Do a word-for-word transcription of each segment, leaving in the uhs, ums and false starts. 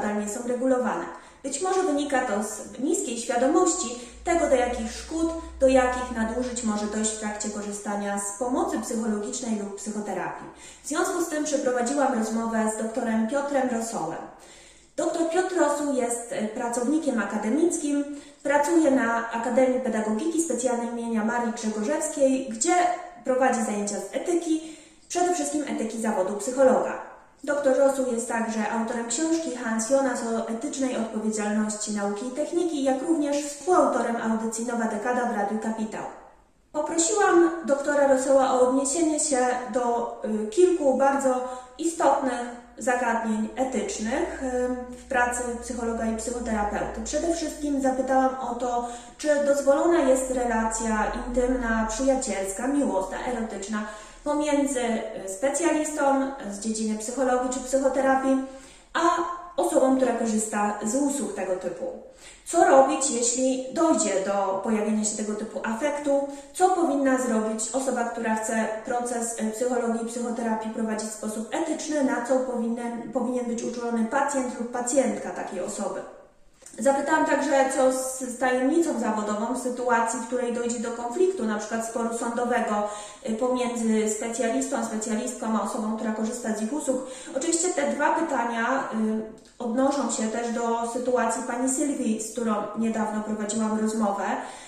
nadal nie są regulowane. Być może wynika to z niskiej świadomości tego, do jakich szkód, do jakich nadużyć może dojść w trakcie korzystania z pomocy psychologicznej lub psychoterapii. W związku z tym przeprowadziłam rozmowę z doktorem Piotrem Rosołem. Doktor Piotr Rosuł jest pracownikiem akademickim, pracuje na Akademii Pedagogiki Specjalnej imienia Marii Grzegorzewskiej, gdzie prowadzi zajęcia z etyki, przede wszystkim etyki zawodu psychologa. Doktor Rosuł jest także autorem książki Hans Jonas o etycznej odpowiedzialności nauki i techniki, jak również współautorem audycji Nowa Dekada w Radiu Kapitał. Poprosiłam doktora Rosoła o odniesienie się do kilku bardzo istotnych zagadnień etycznych w pracy psychologa i psychoterapeuty. Przede wszystkim zapytałam o to, czy dozwolona jest relacja intymna, przyjacielska, miłosna, erotyczna pomiędzy specjalistą z dziedziny psychologii czy psychoterapii, a osobą, która korzysta z usług tego typu. Co robić, jeśli dojdzie do pojawienia się tego typu afektu? Co powinna zrobić osoba, która chce proces psychologii i psychoterapii prowadzić w sposób etyczny? Na co powinien, powinien być uczulony pacjent lub pacjentka takiej osoby? Zapytałam także, co z tajemnicą zawodową w sytuacji, w której dojdzie do konfliktu, na przykład sporu sądowego pomiędzy specjalistą, specjalistką, a osobą, która korzysta z ich usług. Oczywiście te dwa pytania odnoszą się też do sytuacji pani Sylwii, z którą niedawno prowadziłam rozmowę,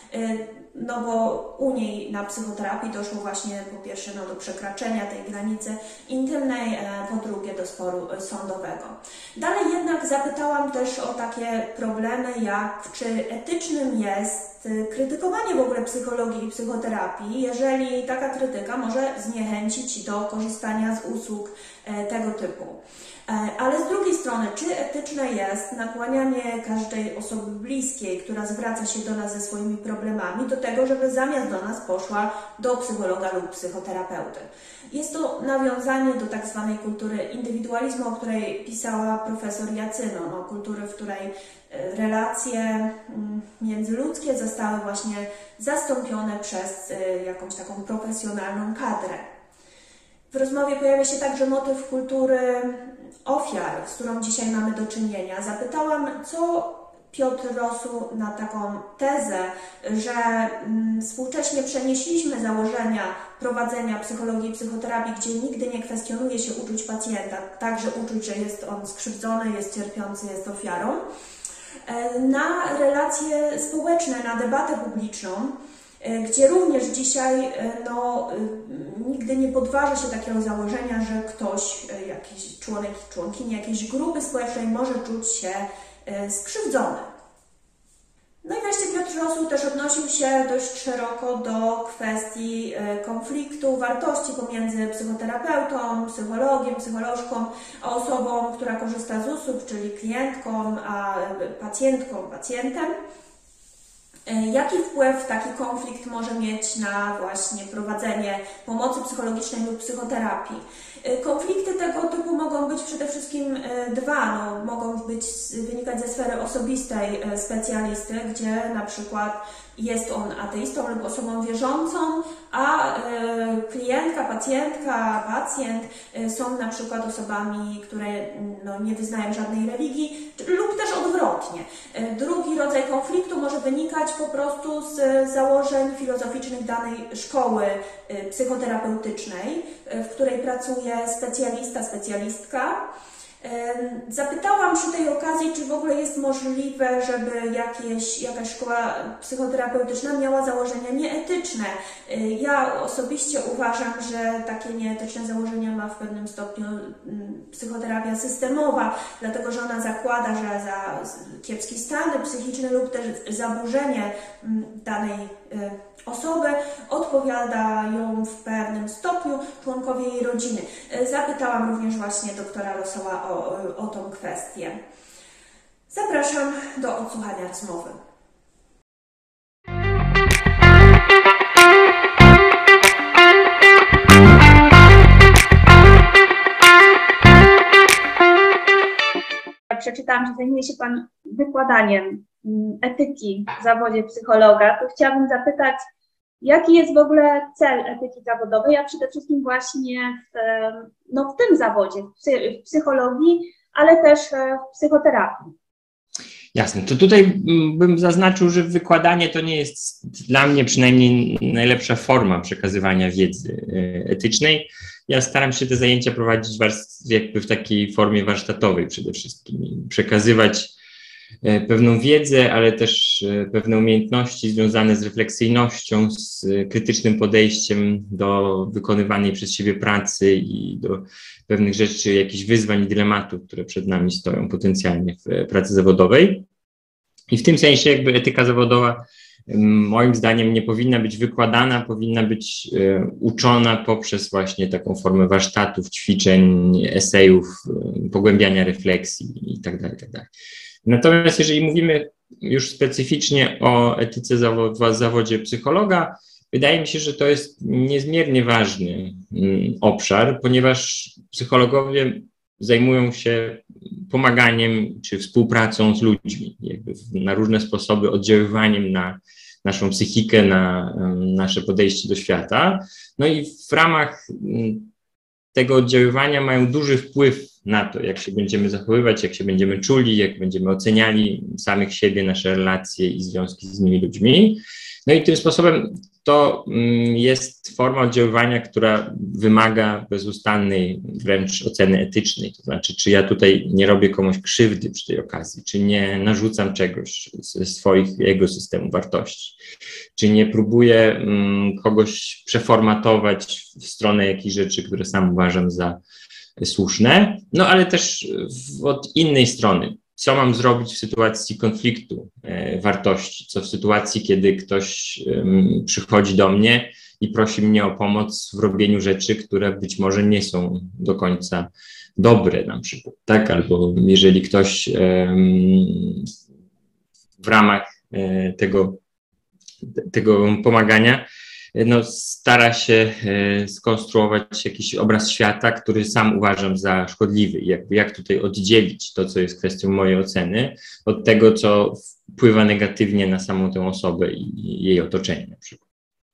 no bo u niej na psychoterapii doszło właśnie po pierwsze no, do przekraczania tej granicy intymnej, po drugie do sporu sądowego. Dalej jednak zapytałam też o takie problemy jak czy etycznym jest krytykowanie w ogóle psychologii i psychoterapii, jeżeli taka krytyka może zniechęcić do korzystania z usług tego typu. Ale z drugiej strony, czy etyczne jest nakłanianie każdej osoby bliskiej, która zwraca się do nas ze swoimi problemami, do tego, żeby zamiast do nas poszła do psychologa lub psychoterapeuty. Jest to nawiązanie do tak zwanej kultury indywidualizmu, o której pisała profesor Jacyno, no, kultury, w której relacje międzyludzkie zostały właśnie zastąpione przez jakąś taką profesjonalną kadrę. W rozmowie pojawia się także motyw kultury ofiar, z którą dzisiaj mamy do czynienia. Zapytałam, co Piotr Rosuł na taką tezę, że współcześnie przenieśliśmy założenia prowadzenia psychologii i psychoterapii, gdzie nigdy nie kwestionuje się uczuć pacjenta, także uczuć, że jest on skrzywdzony, jest cierpiący, jest ofiarą, na relacje społeczne, na debatę publiczną, gdzie również dzisiaj no, nigdy nie podważa się takiego założenia, że ktoś, jakiś członek, członkini jakiejś grupy społecznej może czuć się skrzywdzony. No i wreszcie Piotr Rosuł też odnosił się dość szeroko do kwestii konfliktu wartości pomiędzy psychoterapeutą, psychologiem, psycholożką, a osobą, która korzysta z usług, czyli klientką, a pacjentką, pacjentem. Jaki wpływ taki konflikt może mieć na właśnie prowadzenie pomocy psychologicznej lub psychoterapii? Konflikty tego typu mogą być przede wszystkim dwa, no, mogą być, wynikać ze sfery osobistej specjalisty, gdzie na przykład jest on ateistą lub osobą wierzącą, a klientka, pacjentka, pacjent są na przykład osobami, które no, nie wyznają żadnej religii lub też odwrotnie. Drugi rodzaj konfliktu może wynikać po prostu z założeń filozoficznych danej szkoły psychoterapeutycznej, w której pracuje specjalista, specjalistka. Zapytałam przy tej okazji, czy w ogóle jest możliwe, żeby jakieś, jakaś szkoła psychoterapeutyczna miała założenia nieetyczne. Ja osobiście uważam, że takie nieetyczne założenia ma w pewnym stopniu psychoterapia systemowa, dlatego że ona zakłada, że za kiepski stan psychiczny lub też zaburzenie danej osoby odpowiadają w pewnym stopniu członkowie jej rodziny. Zapytałam również właśnie doktora Rosoła o, o tą kwestię. Zapraszam do odsłuchania rozmowy. Przeczytałam, że zajmuje się Pan wykładaniem etyki w zawodzie psychologa, to chciałabym zapytać, jaki jest w ogóle cel etyki zawodowej, a przede wszystkim właśnie w, no, w tym zawodzie, w psychologii, ale też w psychoterapii. Jasne, to tutaj bym zaznaczył, że wykładanie to nie jest dla mnie przynajmniej najlepsza forma przekazywania wiedzy etycznej. Ja staram się te zajęcia prowadzić jakby w takiej formie warsztatowej przede wszystkim. Przekazywać pewną wiedzę, ale też pewne umiejętności związane z refleksyjnością, z krytycznym podejściem do wykonywanej przez siebie pracy i do pewnych rzeczy, jakichś wyzwań i dylematów, które przed nami stoją potencjalnie w pracy zawodowej. I w tym sensie jakby etyka zawodowa moim zdaniem nie powinna być wykładana, powinna być uczona poprzez właśnie taką formę warsztatów, ćwiczeń, esejów, pogłębiania refleksji itd., itd. Natomiast jeżeli mówimy już specyficznie o etyce w zawodzie psychologa, wydaje mi się, że to jest niezmiernie ważny obszar, ponieważ psychologowie zajmują się pomaganiem czy współpracą z ludźmi, jakby na różne sposoby oddziaływaniem na naszą psychikę, na nasze podejście do świata. No i w ramach tego oddziaływania mają duży wpływ na to, jak się będziemy zachowywać, jak się będziemy czuli, jak będziemy oceniali samych siebie, nasze relacje i związki z innymi ludźmi. No i tym sposobem to jest forma oddziaływania, która wymaga bezustannej wręcz oceny etycznej. To znaczy, czy ja tutaj nie robię komuś krzywdy przy tej okazji, czy nie narzucam czegoś ze swoich, jego systemu wartości, czy nie próbuję kogoś przeformatować w stronę jakichś rzeczy, które sam uważam za słuszne, no ale też od innej strony. Co mam zrobić w sytuacji konfliktu e, wartości, co w sytuacji, kiedy ktoś um, przychodzi do mnie i prosi mnie o pomoc w robieniu rzeczy, które być może nie są do końca dobre na przykład, tak? Albo jeżeli ktoś um, w ramach e, tego, tego pomagania no, stara się e, skonstruować jakiś obraz świata, który sam uważam za szkodliwy. Jakby jak tutaj oddzielić to, co jest kwestią mojej oceny, od tego, co wpływa negatywnie na samą tę osobę i jej otoczenie na przykład.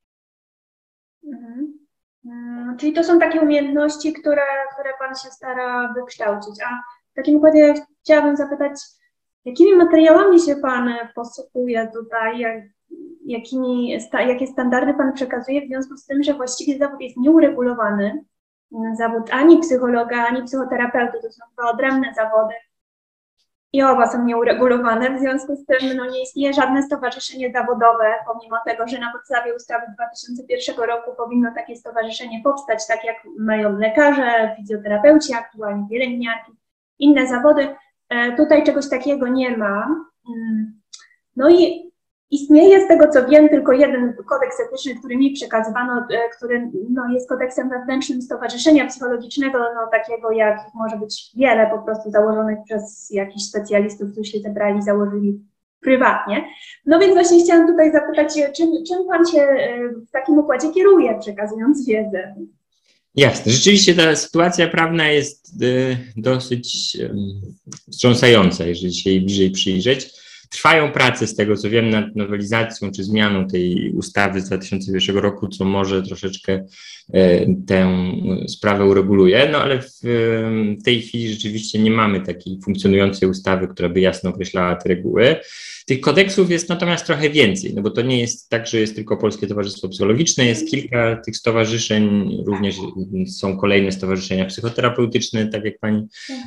Mhm. Hmm, czyli to są takie umiejętności, które, które Pan się stara wykształcić. A w takim układzie chciałabym zapytać, jakimi materiałami się Pan posługuje tutaj, jak Jakimi, sta, jakie standardy Pan przekazuje w związku z tym, że właściwie zawód jest nieuregulowany. Zawód ani psychologa, ani psychoterapeuty to są dwa odrębne zawody i oba są nieuregulowane. W związku z tym no, nie istnieje żadne stowarzyszenie zawodowe, pomimo tego, że na podstawie ustawy z dwa tysiące pierwszego roku powinno takie stowarzyszenie powstać, tak jak mają lekarze, fizjoterapeuci, aktualnie pielęgniarki, inne zawody. E, tutaj czegoś takiego nie ma. No i istnieje, z tego co wiem, tylko jeden kodeks etyczny, który mi przekazywano, który no, jest kodeksem wewnętrznym Stowarzyszenia Psychologicznego, no, takiego jak może być wiele po prostu założonych przez jakichś specjalistów, którzy się zebrali, założyli prywatnie. No więc właśnie chciałam tutaj zapytać, czym, czym Pan się w takim układzie kieruje, przekazując wiedzę? Jasne. Rzeczywiście ta sytuacja prawna jest y, dosyć y, wstrząsająca, jeżeli się jej bliżej przyjrzeć. Trwają prace, z tego co wiem, nad nowelizacją czy zmianą tej ustawy z dwa tysiące pierwszego roku, co może troszeczkę e, tę sprawę ureguluje, no ale w, w tej chwili rzeczywiście nie mamy takiej funkcjonującej ustawy, która by jasno określała te reguły. Tych kodeksów jest natomiast trochę więcej, no bo to nie jest tak, że jest tylko Polskie Towarzystwo Psychologiczne, jest kilka tych stowarzyszeń, również są kolejne stowarzyszenia psychoterapeutyczne, tak jak Pani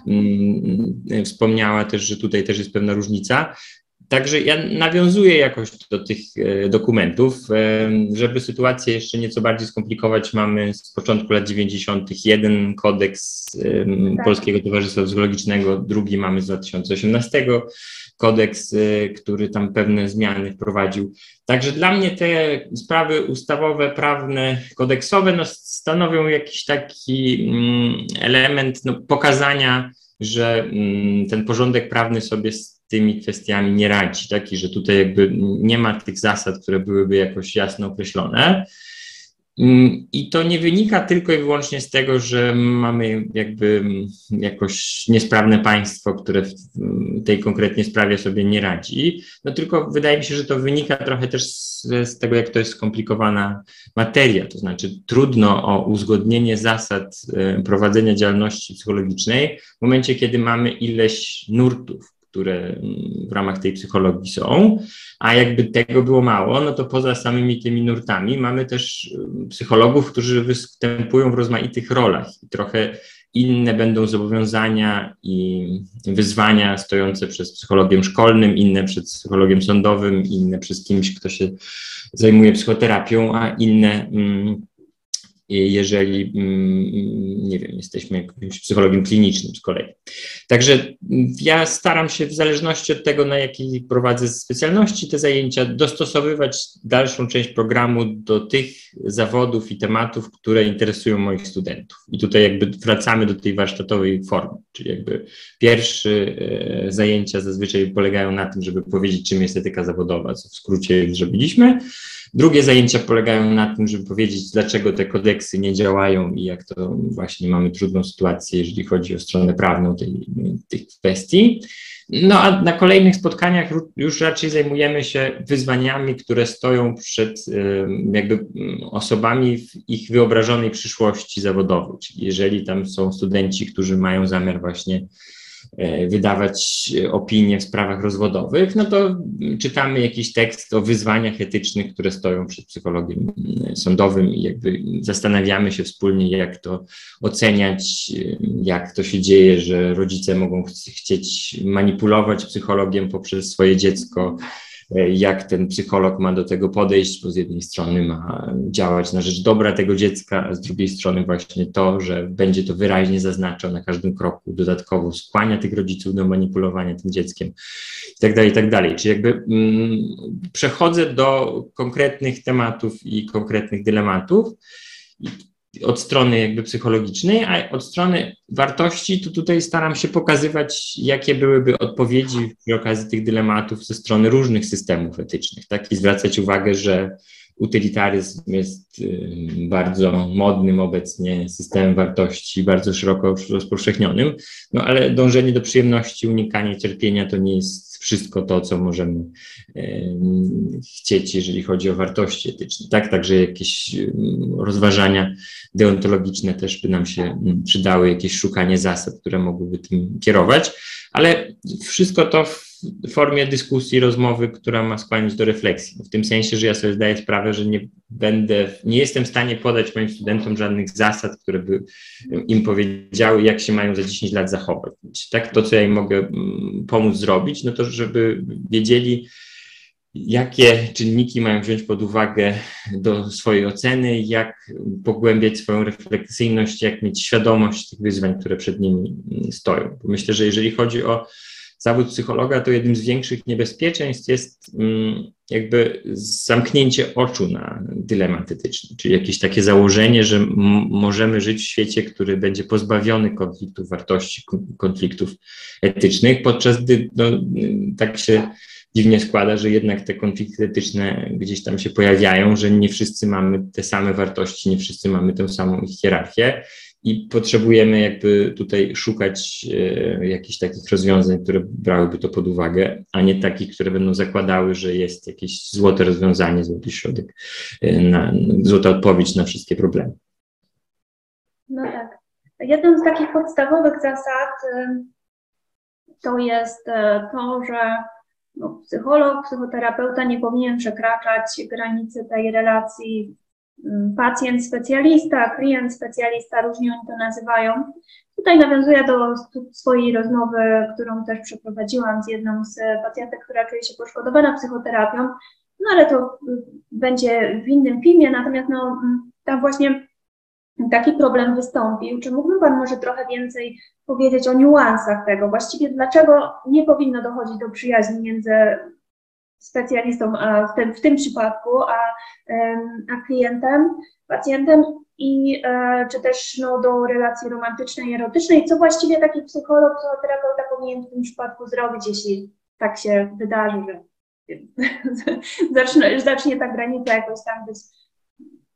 mm, wspomniała też, że tutaj też jest pewna różnica. Także ja nawiązuję jakoś do tych e, dokumentów, e, żeby sytuację jeszcze nieco bardziej skomplikować. Mamy z początku lat dziewięćdziesiątych jeden kodeks e, tak. Polskiego Towarzystwa Psychologicznego, drugi mamy z dwa tysiące osiemnastego kodeks, e, który tam pewne zmiany wprowadził. Także dla mnie te sprawy ustawowe, prawne, kodeksowe no, stanowią jakiś taki mm, element no, pokazania, że mm, ten porządek prawny sobie z tymi kwestiami nie radzi, tak? I że tutaj jakby nie ma tych zasad, które byłyby jakoś jasno określone. I to nie wynika tylko i wyłącznie z tego, że mamy jakby jakoś niesprawne państwo, które w tej konkretnie sprawie sobie nie radzi, no tylko wydaje mi się, że to wynika trochę też z, z tego, jak to jest skomplikowana materia, to znaczy trudno o uzgodnienie zasad prowadzenia działalności psychologicznej w momencie, kiedy mamy ileś nurtów, które w ramach tej psychologii są, a jakby tego było mało, no to poza samymi tymi nurtami mamy też psychologów, którzy występują w rozmaitych rolach i trochę inne będą zobowiązania i wyzwania stojące przed psychologiem szkolnym, inne przed psychologiem sądowym, inne przez kimś, kto się zajmuje psychoterapią, a inne jeżeli, nie wiem, jesteśmy jakimś psychologiem klinicznym z kolei. Także ja staram się w zależności od tego, na jakiej prowadzę specjalności te zajęcia, dostosowywać dalszą część programu do tych zawodów i tematów, które interesują moich studentów. I tutaj jakby wracamy do tej warsztatowej formy, czyli jakby pierwsze zajęcia zazwyczaj polegają na tym, żeby powiedzieć, czym jest etyka zawodowa, co w skrócie zrobiliśmy. Drugie zajęcia polegają na tym, żeby powiedzieć, dlaczego te kodeksy nie działają i jak to właśnie mamy trudną sytuację, jeżeli chodzi o stronę prawną tej, tych kwestii. No a na kolejnych spotkaniach już raczej zajmujemy się wyzwaniami, które stoją przed jakby osobami w ich wyobrażonej przyszłości zawodowej. Czyli jeżeli tam są studenci, którzy mają zamiar właśnie wydawać opinie w sprawach rozwodowych, no to czytamy jakiś tekst o wyzwaniach etycznych, które stoją przed psychologiem sądowym i jakby zastanawiamy się wspólnie, jak to oceniać, jak to się dzieje, że rodzice mogą ch- chcieć manipulować psychologiem poprzez swoje dziecko, jak ten psycholog ma do tego podejść, bo z jednej strony ma działać na rzecz dobra tego dziecka, a z drugiej strony właśnie to, że będzie to wyraźnie zaznaczał na każdym kroku, dodatkowo skłania tych rodziców do manipulowania tym dzieckiem i tak dalej, i tak dalej. Czyli jakby mm, przechodzę do konkretnych tematów i konkretnych dylematów od strony jakby psychologicznej, a od strony wartości to tutaj staram się pokazywać, jakie byłyby odpowiedzi przy okazji tych dylematów ze strony różnych systemów etycznych, tak? I zwracać uwagę, że utylitaryzm jest bardzo modnym obecnie systemem wartości, bardzo szeroko rozpowszechnionym, no ale dążenie do przyjemności, unikanie cierpienia to nie jest wszystko to, co możemy chcieć, jeżeli chodzi o wartości etyczne, tak? Także jakieś rozważania deontologiczne też by nam się przydały, jakieś szukanie zasad, które mogłyby tym kierować, ale wszystko to w formie dyskusji, rozmowy, która ma skłaniać do refleksji. W tym sensie, że ja sobie zdaję sprawę, że nie będę, nie jestem w stanie podać moim studentom żadnych zasad, które by im powiedziały, jak się mają za dziesięć lat zachować. Tak, to, co ja im mogę pomóc zrobić, no to żeby wiedzieli, jakie czynniki mają wziąć pod uwagę do swojej oceny, jak pogłębiać swoją refleksyjność, jak mieć świadomość tych wyzwań, które przed nimi stoją. Bo myślę, że jeżeli chodzi o zawód psychologa, to jednym z większych niebezpieczeństw jest jakby zamknięcie oczu na dylemat etyczny, czyli jakieś takie założenie, że m- możemy żyć w świecie, który będzie pozbawiony konfliktów wartości, konfliktów etycznych, podczas gdy no, tak się dziwnie składa, że jednak te konflikty etyczne gdzieś tam się pojawiają, że nie wszyscy mamy te same wartości, nie wszyscy mamy tę samą ich hierarchię i potrzebujemy jakby tutaj szukać e, jakichś takich rozwiązań, które brałyby to pod uwagę, a nie takich, które będą zakładały, że jest jakieś złote rozwiązanie, złoty środek, e, na, złota odpowiedź na wszystkie problemy. No tak. Jedną z takich podstawowych zasad y, to jest y, to, że no, psycholog, psychoterapeuta nie powinien przekraczać granicy tej relacji pacjent-specjalista, klient-specjalista, różnie oni to nazywają. Tutaj nawiązuję do swojej rozmowy, którą też przeprowadziłam z jedną z pacjentek, która czuje się poszkodowana psychoterapią, no ale to będzie w innym filmie, natomiast no, tam właśnie taki problem wystąpił. Czy mógłby Pan może trochę więcej powiedzieć o niuansach tego? Właściwie dlaczego nie powinno dochodzić do przyjaźni między specjalistą a w, tym, w tym przypadku, a, a klientem, pacjentem i e, czy też no, do relacji romantycznej, erotycznej? Co właściwie taki psycholog, psychoterapeuta powinien w tym przypadku zrobić, jeśli tak się wydarzy, że zacznie, zacznie ta granica jakoś tam być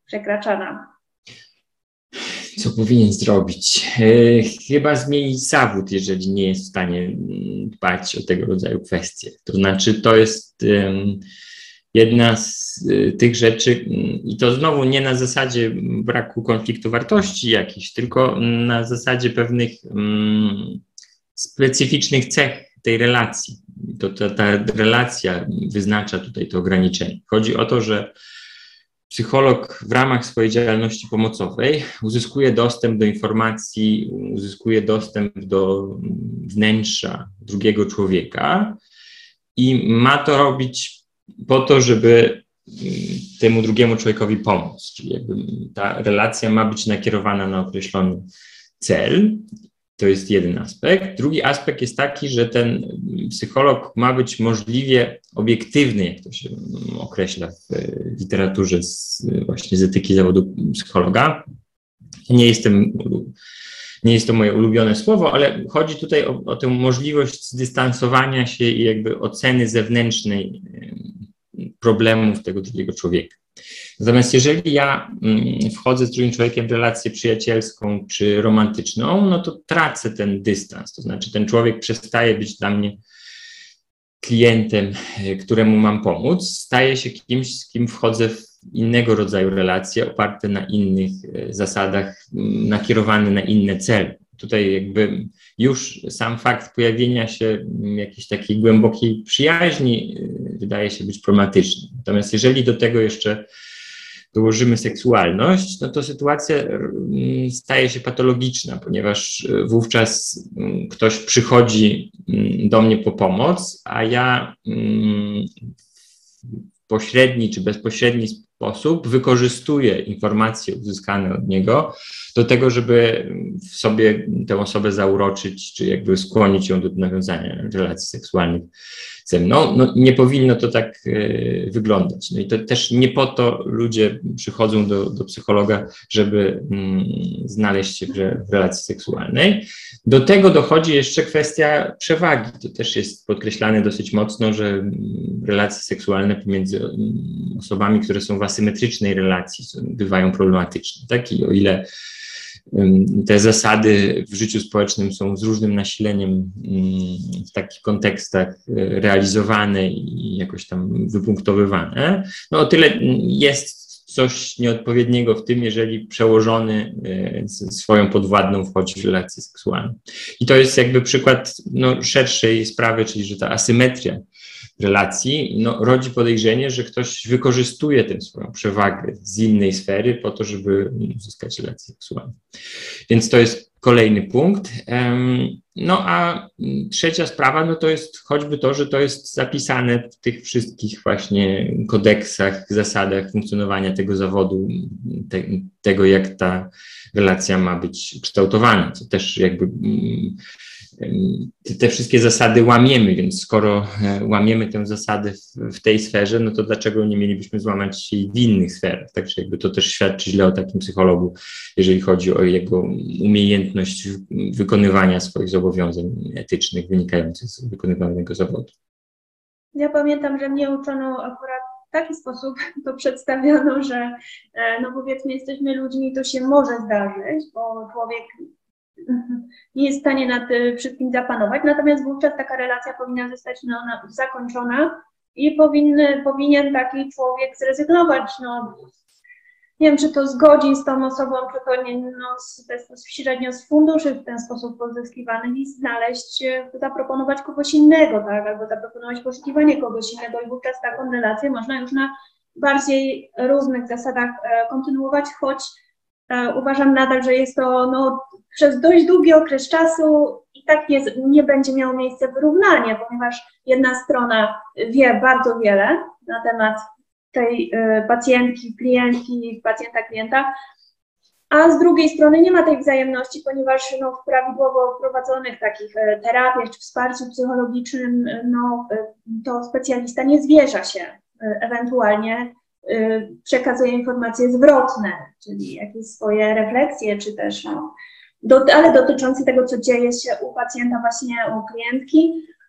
przekraczana? Co powinien zrobić? Chyba zmienić zawód, jeżeli nie jest w stanie dbać o tego rodzaju kwestie. To znaczy, to jest jedna z tych rzeczy, i to znowu nie na zasadzie braku konfliktu wartości jakichś, tylko na zasadzie pewnych specyficznych cech tej relacji. To ta, ta relacja wyznacza tutaj to ograniczenie. Chodzi o to, że psycholog w ramach swojej działalności pomocowej uzyskuje dostęp do informacji, uzyskuje dostęp do wnętrza drugiego człowieka i ma to robić po to, żeby temu drugiemu człowiekowi pomóc. Czyli jakby ta relacja ma być nakierowana na określony cel. To jest jeden aspekt. Drugi aspekt jest taki, że ten psycholog ma być możliwie obiektywny, jak to się określa w literaturze z, właśnie z etyki zawodu psychologa. Nie jestem, nie jest to moje ulubione słowo, ale chodzi tutaj o, o tę możliwość zdystansowania się i jakby oceny zewnętrznej problemów tego drugiego człowieka. Natomiast jeżeli ja wchodzę z drugim człowiekiem w relację przyjacielską czy romantyczną, no to tracę ten dystans. To znaczy ten człowiek przestaje być dla mnie klientem, któremu mam pomóc, staje się kimś, z kim wchodzę w innego rodzaju relacje oparte na innych zasadach, nakierowane na inne cele. Tutaj jakby już sam fakt pojawienia się jakiejś takiej głębokiej przyjaźni wydaje się być problematyczny. Natomiast jeżeli do tego jeszcze dołożymy seksualność, no to sytuacja staje się patologiczna, ponieważ wówczas ktoś przychodzi do mnie po pomoc, a ja w pośredni czy bezpośredni sposób wykorzystuję informacje uzyskane od niego do tego, żeby w sobie tę osobę zauroczyć, czy jakby skłonić ją do nawiązania relacji seksualnych ze mną. No, nie powinno to tak y, wyglądać. No i to też nie po to ludzie przychodzą do, do psychologa, żeby mm, znaleźć się w, w relacji seksualnej. Do tego dochodzi jeszcze kwestia przewagi. To też jest podkreślane dosyć mocno, że relacje seksualne pomiędzy osobami, które są w asymetrycznej relacji, bywają problematyczne. Tak? I o ile te zasady w życiu społecznym są z różnym nasileniem w takich kontekstach realizowane i jakoś tam wypunktowywane, no o tyle jest coś nieodpowiedniego w tym, jeżeli przełożony swoją podwładną wchodzi w relację seksualną. I to jest jakby przykład no, szerszej sprawy, czyli że ta asymetria relacji no, rodzi podejrzenie, że ktoś wykorzystuje tę swoją przewagę z innej sfery po to, żeby uzyskać relację seksualną. Więc to jest kolejny punkt. No a trzecia sprawa, no to jest choćby to, że to jest zapisane w tych wszystkich właśnie kodeksach, zasadach funkcjonowania tego zawodu, te, tego jak ta relacja ma być kształtowana, co też jakby te wszystkie zasady łamiemy, więc skoro łamiemy tę zasadę w, w tej sferze, no to dlaczego nie mielibyśmy złamać jej w innych sferach? Także jakby to też świadczy źle o takim psychologu, jeżeli chodzi o jego umiejętność wykonywania swoich zobowiązań etycznych wynikających z wykonywanego zawodu. Ja pamiętam, że mnie uczono akurat w taki sposób, to przedstawiono, że no powiedzmy jesteśmy ludźmi, to się może zdarzyć, bo człowiek nie jest w stanie nad wszystkim zapanować, natomiast wówczas taka relacja powinna zostać no, zakończona i powinny, powinien taki człowiek zrezygnować. No, nie wiem, czy to z godzin z tą osobą, czy to nie, no, bezpośrednio z funduszy w ten sposób pozyskiwanych i znaleźć, zaproponować kogoś innego, tak, albo zaproponować poszukiwanie kogoś innego i wówczas taką relację można już na bardziej równych zasadach kontynuować, choć uważam nadal, że jest to no, przez dość długi okres czasu i tak nie, nie będzie miało miejsca wyrównanie, ponieważ jedna strona wie bardzo wiele na temat tej y, pacjentki, klientki, pacjenta, klienta, a z drugiej strony nie ma tej wzajemności, ponieważ no, w prawidłowo prowadzonych takich y, terapiach czy wsparciu psychologicznym y, no, y, to specjalista nie zwierza się y, ewentualnie przekazuje informacje zwrotne, czyli jakieś swoje refleksje, czy też, no, do, ale dotyczące tego, co dzieje się u pacjenta, właśnie u klientki.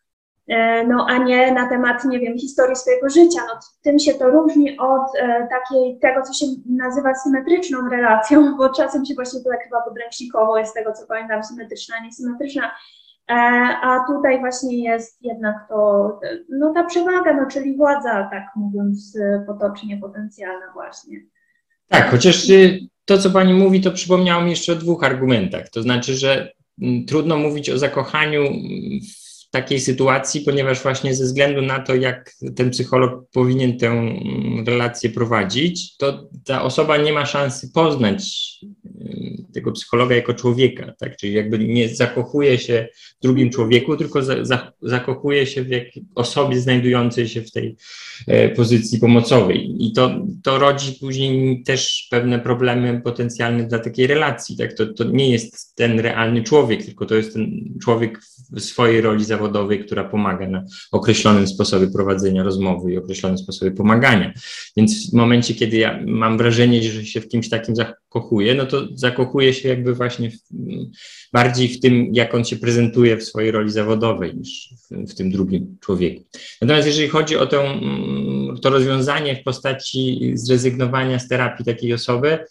no a nie na temat, nie wiem, historii swojego życia. No tym się to różni od e, takiej, tego, co się nazywa symetryczną relacją, bo czasem się właśnie to tak chyba podręcznikowo jest, z tego co pamiętam, symetryczna, niesymetryczna, e, a tutaj właśnie jest jednak to, no ta przewaga, no czyli władza, tak mówiąc potocznie, potencjalna właśnie. Tak, chociaż to, co Pani mówi, to przypomniało mi jeszcze o dwóch argumentach, to znaczy, że trudno mówić o zakochaniu w takiej sytuacji, ponieważ właśnie ze względu na to, jak ten psycholog powinien tę relację prowadzić, to ta osoba nie ma szansy poznać tego psychologa jako człowieka, tak? Czyli jakby nie zakochuje się w drugim człowieku, tylko za, za, zakochuje się w jak, osobie znajdującej się w tej e, pozycji pomocowej. I to, to rodzi później też pewne problemy potencjalne dla takiej relacji, tak? To, to nie jest ten realny człowiek, tylko to jest ten człowiek w swojej roli zawodowej, która pomaga na określonym sposobie prowadzenia rozmowy i określonym sposobie pomagania. Więc w momencie, kiedy ja mam wrażenie, że się w kimś takim zakochuję, no to zakochuję się jakby właśnie w, bardziej w tym, jak on się prezentuje w swojej roli zawodowej, niż w, w tym drugim człowieku. Natomiast jeżeli chodzi o tę, to rozwiązanie w postaci zrezygnowania z terapii takiej osoby,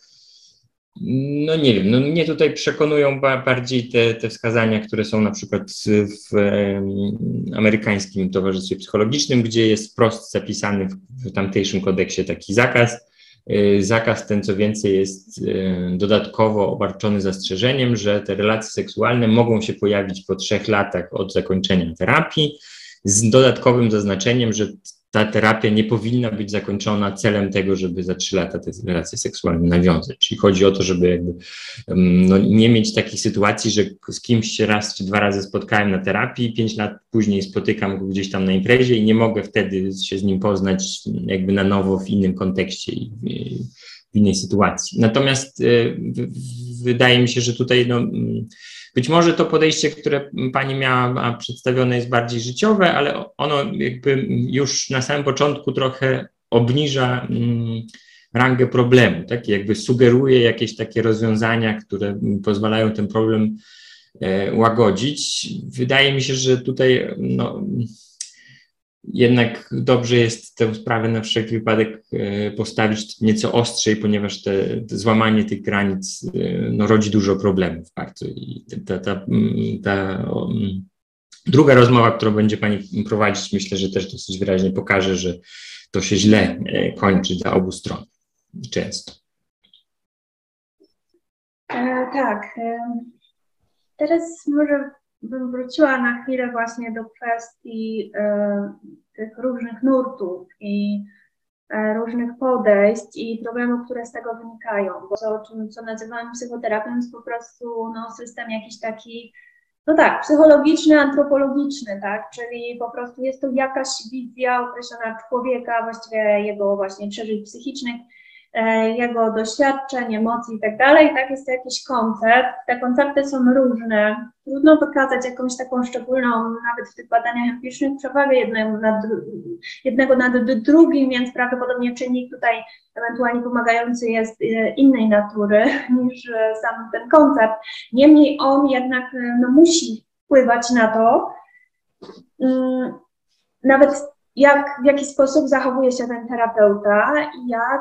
no nie wiem, no mnie tutaj przekonują ba bardziej te, te wskazania, które są na przykład w e, amerykańskim towarzystwie psychologicznym, gdzie jest wprost zapisany w, w tamtejszym kodeksie taki zakaz. E, zakaz ten, co więcej, jest e, dodatkowo obarczony zastrzeżeniem, że te relacje seksualne mogą się pojawić po trzech latach od zakończenia terapii, z dodatkowym zaznaczeniem, że ta terapia nie powinna być zakończona celem tego, żeby za trzy lata te relacje seksualne nawiązać. Czyli chodzi o to, żeby jakby, no, nie mieć takich sytuacji, że z kimś się raz czy dwa razy spotkałem na terapii, pięć lat później spotykam go gdzieś tam na imprezie i nie mogę wtedy się z nim poznać jakby na nowo w innym kontekście i w innej sytuacji. Natomiast y, w, wydaje mi się, że tutaj no, być może to podejście, które Pani miała przedstawione, jest bardziej życiowe, ale ono jakby już na samym początku trochę obniża mm, rangę problemu, tak? Jakby sugeruje jakieś takie rozwiązania, które pozwalają ten problem e, łagodzić. Wydaje mi się, że tutaj no, jednak dobrze jest tę sprawę na wszelki wypadek postawić nieco ostrzej, ponieważ te, te złamanie tych granic no, rodzi dużo problemów bardzo. I ta, ta, ta o, druga rozmowa, którą będzie Pani prowadzić, myślę, że też dosyć wyraźnie pokaże, że to się źle kończy dla obu stron. Często. E, tak. E, teraz może bym wróciła na chwilę właśnie do kwestii e, tych różnych nurtów i e, różnych podejść i problemów, które z tego wynikają, bo to, co nazywamy psychoterapią, jest po prostu no, system jakiś taki, no tak, psychologiczny, antropologiczny, tak, czyli po prostu jest to jakaś wizja określona człowieka, właściwie jego właśnie przeżyć psychicznych, jego doświadczeń, emocji i tak dalej, tak, jest to jakiś koncept. Te koncepty są różne. Trudno wykazać jakąś taką szczególną, nawet w tych badaniach empirycznych, przewagę jednego nad, jednego nad drugim, więc prawdopodobnie czynnik tutaj ewentualnie pomagający jest innej natury niż sam ten koncept. Niemniej on jednak no, musi wpływać na to, um, nawet jak, w jaki sposób zachowuje się ten terapeuta i jak,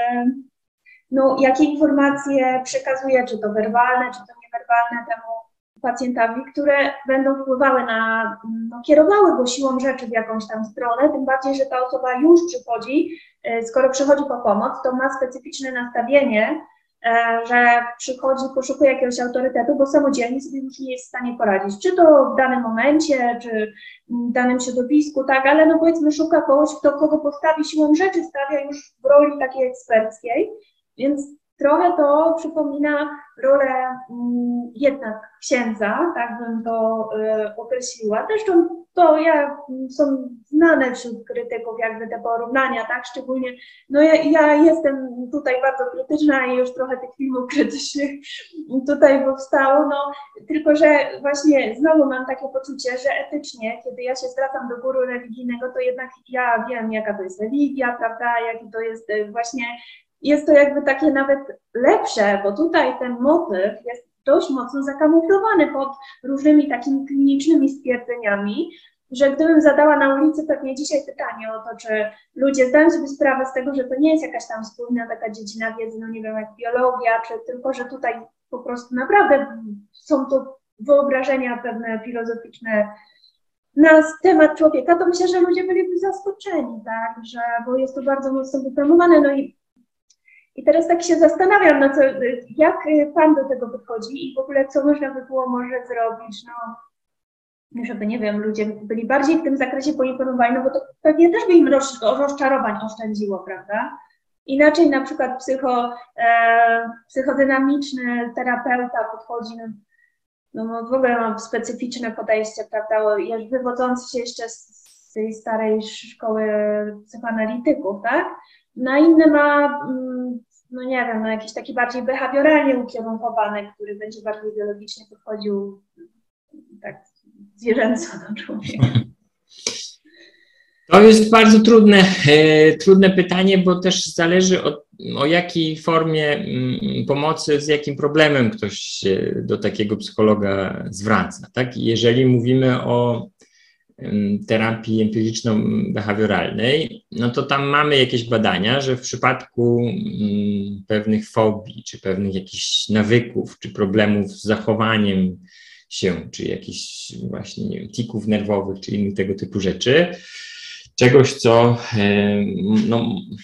no, jakie informacje przekazuje, czy to werbalne, czy to niewerbalne temu pacjentowi, które będą wpływały na, no, kierowały go siłą rzeczy w jakąś tam stronę, tym bardziej, że ta osoba już przychodzi, skoro przychodzi po pomoc, to ma specyficzne nastawienie, że przychodzi, poszukuje jakiegoś autorytetu, bo samodzielnie sobie już nie jest w stanie poradzić. Czy to w danym momencie, czy w danym środowisku, tak, ale no powiedzmy szuka kogoś, kto kogo postawi siłą rzeczy, stawia już w roli takiej eksperckiej, więc trochę to przypomina rolę mm, jednak księdza, tak bym to y, określiła. Zresztą to ja, są znane wśród krytyków jakby te porównania, tak, szczególnie, no ja, ja jestem tutaj bardzo krytyczna i już trochę tych filmów krytycznych tutaj powstało, no tylko, że właśnie znowu mam takie poczucie, że etycznie, kiedy ja się zwracam do guru religijnego, to jednak ja wiem, jaka to jest religia, prawda, jaki to jest właśnie, jest to jakby takie nawet lepsze, bo tutaj ten motyw jest dość mocno zakamuflowany pod różnymi takimi klinicznymi stwierdzeniami, że gdybym zadała na ulicy pewnie dzisiaj pytanie o to, czy ludzie zdają sobie sprawę z tego, że to nie jest jakaś tam spójna taka dziedzina wiedzy, no nie wiem, jak biologia, czy tylko, że tutaj po prostu naprawdę są to wyobrażenia pewne filozoficzne na temat człowieka, to myślę, że ludzie byliby zaskoczeni, tak, że, bo jest to bardzo mocno wypromowane, no i I teraz tak się zastanawiam, no co, jak Pan do tego podchodzi i w ogóle co można by było może zrobić, no, żeby, nie wiem, ludzie byli bardziej w tym zakresie poinformowani, no bo to pewnie też by im roz, rozczarowań oszczędziło, prawda? Inaczej na przykład psycho, e, psychodynamiczny terapeuta podchodzi, no, no w ogóle mam specyficzne podejście, prawda, już wywodzący się jeszcze z, z tej starej szkoły psychoanalityków, tak? Na inny ma, no nie wiem, no jakiś taki bardziej behawioralnie ukierunkowany, który będzie bardziej biologicznie podchodził tak zwierzęco do człowieka. To jest bardzo trudne, e, trudne pytanie, bo też zależy od, o jakiej formie m, pomocy, z jakim problemem ktoś się do takiego psychologa zwraca. Tak? Jeżeli mówimy o terapii empiryczno-behawioralnej, no to tam mamy jakieś badania, że w przypadku mm, pewnych fobii, czy pewnych jakichś nawyków, czy problemów z zachowaniem się, czy jakichś właśnie, nie wiem, tików nerwowych, czy innych tego typu rzeczy, czegoś, co e, no,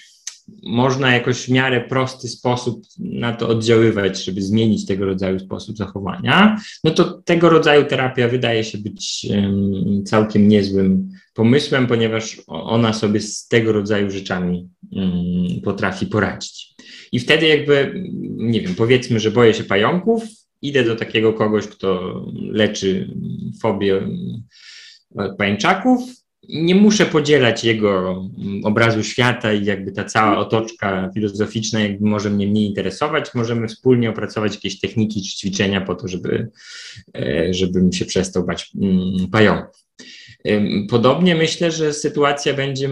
można jakoś w miarę prosty sposób na to oddziaływać, żeby zmienić tego rodzaju sposób zachowania, no to tego rodzaju terapia wydaje się być um, całkiem niezłym pomysłem, ponieważ ona sobie z tego rodzaju rzeczami um, potrafi poradzić. I wtedy jakby, nie wiem, powiedzmy, że boję się pająków, idę do takiego kogoś, kto leczy fobię pajęczaków, nie muszę podzielać jego obrazu świata i jakby ta cała otoczka filozoficzna jakby może mnie mniej interesować. Możemy wspólnie opracować jakieś techniki czy ćwiczenia po to, żeby, żebym się przestał bać pająków. Podobnie myślę, że sytuacja będzie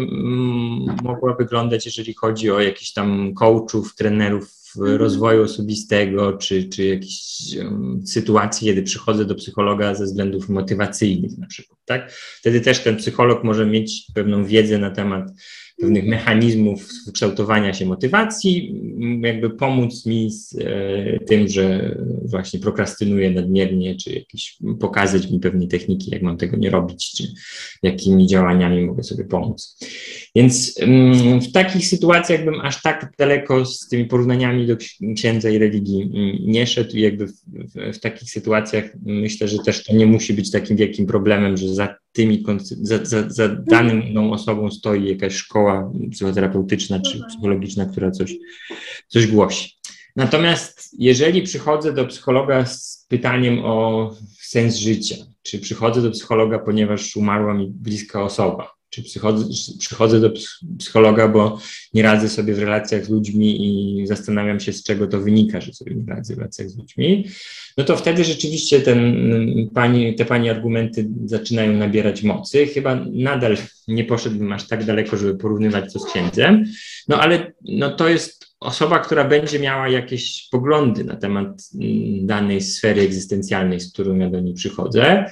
mogła wyglądać, jeżeli chodzi o jakichś tam coachów, trenerów rozwoju osobistego, czy, czy jakieś um, sytuacje, kiedy przychodzę do psychologa ze względów motywacyjnych na przykład, tak? Wtedy też ten psycholog może mieć pewną wiedzę na temat pewnych mechanizmów kształtowania się motywacji, jakby pomóc mi z e, tym, że właśnie prokrastynuję nadmiernie, czy jakieś pokazać mi pewne techniki, jak mam tego nie robić, czy jakimi działaniami mogę sobie pomóc. Więc mm, w takich sytuacjach bym aż tak daleko z tymi porównaniami do księdza i religii nie szedł i jakby w, w, w takich sytuacjach myślę, że też to nie musi być takim wielkim problemem, że za tymi, za, za, za daną osobą stoi jakaś szkoła psychoterapeutyczna czy psychologiczna, która coś, coś głosi. Natomiast jeżeli przychodzę do psychologa z pytaniem o sens życia, czy przychodzę do psychologa, ponieważ umarła mi bliska osoba, czy przychodzę, przychodzę do psychologa, bo nie radzę sobie w relacjach z ludźmi i zastanawiam się, z czego to wynika, że sobie nie radzę w relacjach z ludźmi, no to wtedy rzeczywiście ten, pani, te pani argumenty zaczynają nabierać mocy. Chyba nadal nie poszedłbym aż tak daleko, żeby porównywać to z księdzem, no ale no to jest osoba, która będzie miała jakieś poglądy na temat danej sfery egzystencjalnej, z którą ja do niej przychodzę.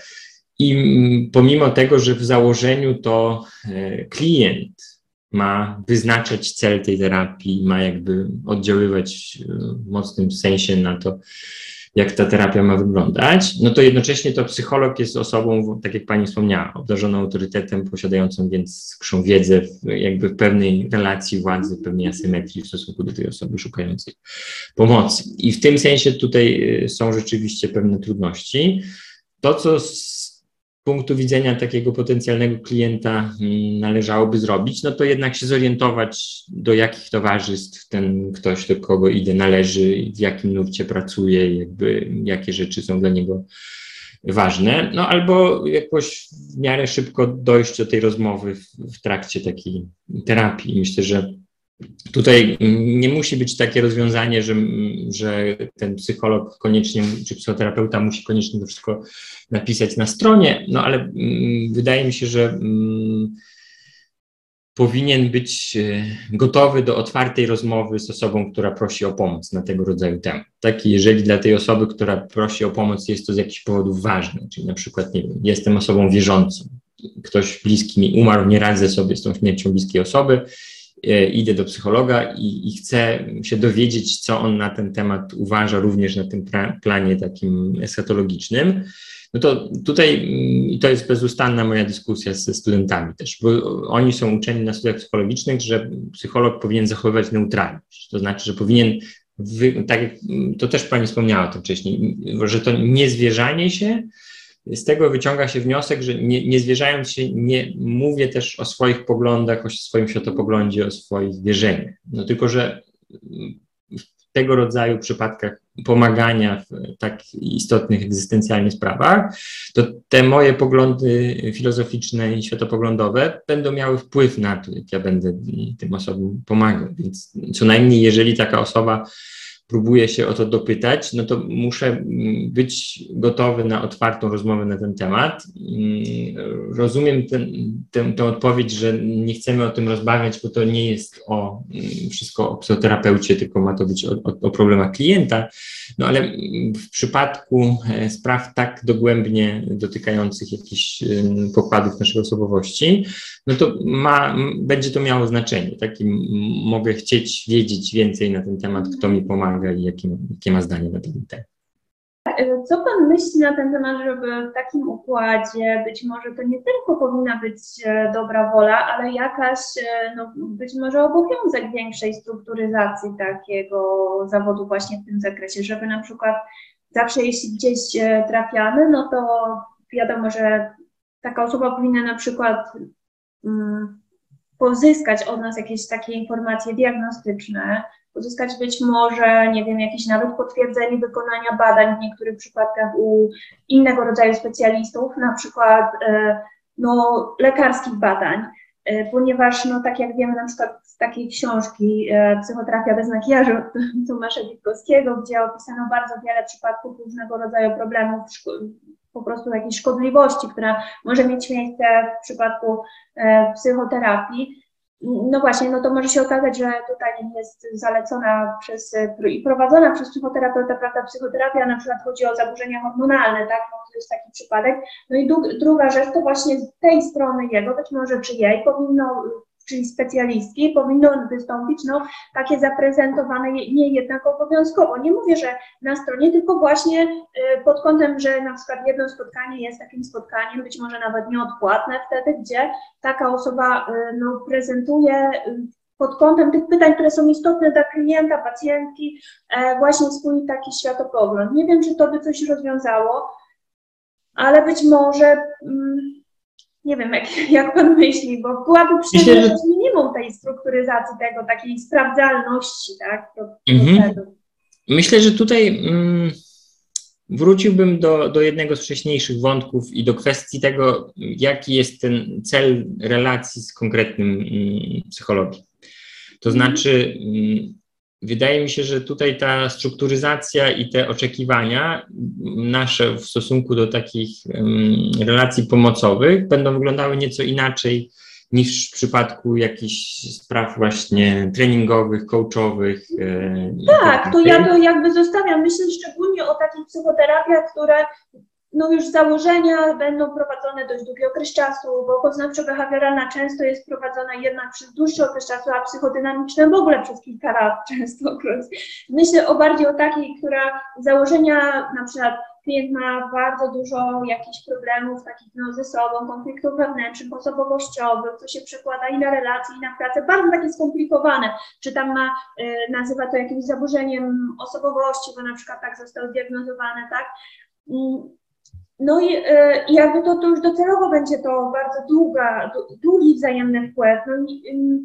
I pomimo tego, że w założeniu to klient ma wyznaczać cel tej terapii, ma jakby oddziaływać w mocnym sensie na to, jak ta terapia ma wyglądać, no to jednocześnie to psycholog jest osobą, tak jak pani wspomniała, obdarzoną autorytetem, posiadającą większą wiedzę w, jakby w pewnej relacji władzy, w pewnej asymetrii w stosunku do tej osoby szukającej pomocy. I w tym sensie tutaj są rzeczywiście pewne trudności. To, co z punktu widzenia takiego potencjalnego klienta należałoby zrobić, no to jednak się zorientować, do jakich towarzystw ten ktoś, do kogo idę, należy, w jakim nurcie pracuje, jakby jakie rzeczy są dla niego ważne, no albo jakoś w miarę szybko dojść do tej rozmowy w, w trakcie takiej terapii. Myślę, że tutaj nie musi być takie rozwiązanie, że, że ten psycholog koniecznie, czy psychoterapeuta musi koniecznie to wszystko napisać na stronie, no ale mm, wydaje mi się, że mm, powinien być gotowy do otwartej rozmowy z osobą, która prosi o pomoc na tego rodzaju temat. Tak, i jeżeli dla tej osoby, która prosi o pomoc, jest to z jakichś powodów ważne, czyli na przykład, nie wiem, jestem osobą wierzącą, ktoś bliski mi umarł, nie radzę sobie z tą śmiercią bliskiej osoby, idę do psychologa i, i chcę się dowiedzieć, co on na ten temat uważa, również na tym pra- planie takim eschatologicznym, no to tutaj to jest bezustanna moja dyskusja ze studentami też, bo oni są uczeni na studiach psychologicznych, że psycholog powinien zachowywać neutralność, to znaczy, że powinien, wy, tak jak to też Pani wspomniała o tym wcześniej, że to niezwierzanie się, z tego wyciąga się wniosek, że nie, nie zwierzając się, nie mówię też o swoich poglądach, o swoim światopoglądzie, o swoich wierzeniach. No tylko, że w tego rodzaju przypadkach pomagania w tak istotnych egzystencjalnie sprawach, to te moje poglądy filozoficzne i światopoglądowe będą miały wpływ na to, jak ja będę tym osobom pomagał. Więc co najmniej, jeżeli taka osoba próbuję się o to dopytać, no to muszę być gotowy na otwartą rozmowę na ten temat. Rozumiem ten, tę, tę odpowiedź, że nie chcemy o tym rozmawiać, bo to nie jest o wszystko o psychoterapeucie, tylko ma to być o, o, o problemach klienta, no ale w przypadku spraw tak dogłębnie dotykających jakichś pokładów naszej osobowości, no to ma, będzie to miało znaczenie. Tak? I mogę chcieć wiedzieć więcej na ten temat, kto mi pomaga i jakie, jakie ma zdanie na ten temat. Co Pan myśli na ten temat, żeby w takim układzie być może to nie tylko powinna być dobra wola, ale jakaś, no, być może obowiązek większej strukturyzacji takiego zawodu właśnie w tym zakresie, żeby na przykład zawsze jeśli gdzieś trafiamy, no to wiadomo, że taka osoba powinna na przykład um, pozyskać od nas jakieś takie informacje diagnostyczne, uzyskać być może, nie wiem, jakieś nawet potwierdzenie wykonania badań w niektórych przypadkach u innego rodzaju specjalistów, na przykład no, lekarskich badań, ponieważ, no, tak jak wiemy na przykład z takiej książki Psychoterapia bez makijażu Tomasza Witkowskiego, gdzie opisano bardzo wiele przypadków różnego rodzaju problemów, po prostu jakiejś szkodliwości, która może mieć miejsce w przypadku psychoterapii. No właśnie, no to może się okazać, że tutaj jest zalecona przez i prowadzona przez psychoterapeuta, prawda, psychoterapia, na przykład chodzi o zaburzenia hormonalne, tak, no to jest taki przypadek. No i druga rzecz, to właśnie z tej strony jego, być może czy jej, powinno, czyli specjalistki, powinno wystąpić, no, takie zaprezentowane nie jednak obowiązkowo. Nie mówię, że na stronie, tylko właśnie y, pod kątem, że na przykład jedno spotkanie jest takim spotkaniem, być może nawet nieodpłatne wtedy, gdzie taka osoba y, no, prezentuje y, pod kątem tych pytań, które są istotne dla klienta, pacjentki, e, właśnie swój taki światopogląd. Nie wiem, czy to by coś rozwiązało, ale być może... Mm, nie wiem, jak, jak Pan myśli, bo byłaby przynajmniej że... minimum tej strukturyzacji tego, takiej sprawdzalności, tak? Mhm. Myślę, że tutaj mm, wróciłbym do, do jednego z wcześniejszych wątków i do kwestii tego, jaki jest ten cel relacji z konkretnym mm, psychologiem. To znaczy, mm, wydaje mi się, że tutaj ta strukturyzacja i te oczekiwania nasze w stosunku do takich um, relacji pomocowych będą wyglądały nieco inaczej niż w przypadku jakichś spraw właśnie treningowych, coachowych. E, tak, to ja to jakby zostawiam. Myślę szczególnie o takich psychoterapiach, które no już z założenia będą prowadzone dość długi okres czasu, bo poznawczo-behawioralna często jest prowadzona jednak przez dłuższy okres czasu, a psychodynamiczna w ogóle przez kilka lat często. Myślę o bardziej o takiej, która z założenia na przykład klient ma bardzo dużo jakichś problemów takich no, ze sobą, konfliktów wewnętrznych, osobowościowych, co się przekłada i na relacje, i na pracę, bardzo takie skomplikowane. Czy tam ma, y, nazywa to jakimś zaburzeniem osobowości, bo na przykład tak został zdiagnozowany, tak? Y, No i, i jakby to, to już docelowo będzie to bardzo długa, długi wzajemny wpływ. No i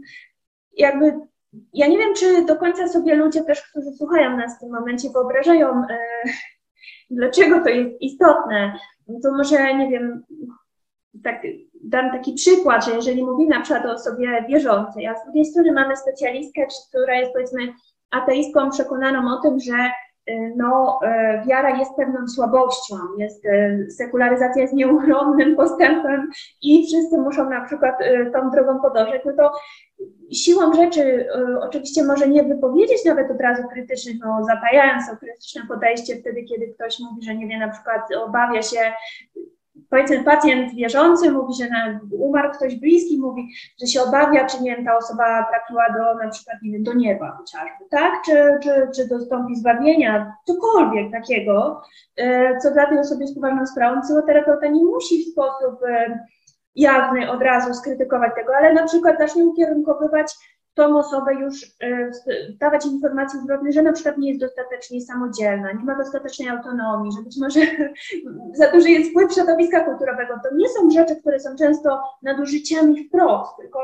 jakby ja nie wiem, czy do końca sobie ludzie też, którzy słuchają nas w tym momencie, wyobrażają, e, dlaczego to jest istotne. To może, nie wiem, tak dam taki przykład, że jeżeli mówimy na przykład o osobie wierzącej, a z drugiej strony mamy specjalistkę, która jest powiedzmy ateistką przekonaną o tym, że no, wiara jest pewną słabością, jest, sekularyzacja jest nieuchronnym postępem i wszyscy muszą na przykład tą drogą podążać, no to siłą rzeczy oczywiście może nie wypowiedzieć nawet od razu krytycznych, no zatajając to krytyczne podejście wtedy, kiedy ktoś mówi, że nie wie, na przykład obawia się powiedzmy pacjent wierzący mówi, że na, umarł ktoś bliski, mówi, że się obawia, czy nie wiem, ta osoba trafiła do na przykład, nie wiem, do nieba chociażby, tak? Czy, czy, czy dostąpi zbawienia, cokolwiek takiego, co dla tej osoby jest poważną sprawą. Psychoterapeuta nie musi w sposób jawny od razu skrytykować tego, ale na przykład zacznie ukierunkowywać tą osobę już, y, dawać informacje zwrotne, że na przykład nie jest dostatecznie samodzielna, nie ma dostatecznej autonomii, że być może za duży jest wpływ środowiska kulturowego. To nie są rzeczy, które są często nadużyciami wprost, tylko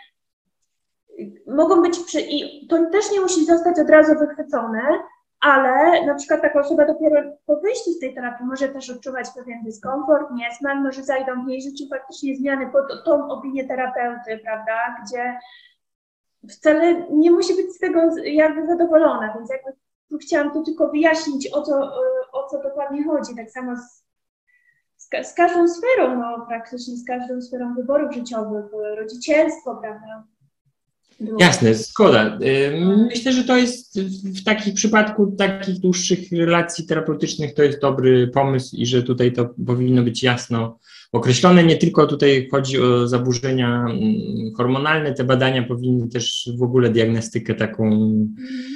mogą być, przy, i to też nie musi zostać od razu wychwycone, ale na przykład taka osoba dopiero po wyjściu z tej terapii może też odczuwać pewien dyskomfort, niesmak, może zajdą w jej życiu faktycznie zmiany pod tą opinię terapeuty, prawda, gdzie wcale nie musi być z tego jakby zadowolona, więc jakby tu chciałam tu tylko wyjaśnić, o co, o co dokładnie chodzi, tak samo z, z, z każdą sferą, no praktycznie z każdą sferą wyborów życiowych, rodzicielstwo, prawda. Było. Jasne, zgoda. Myślę, że to jest w takich przypadku takich dłuższych relacji terapeutycznych to jest dobry pomysł i że tutaj to powinno być jasno określone. Nie tylko tutaj chodzi o zaburzenia hormonalne, te badania powinny też w ogóle diagnostykę taką um,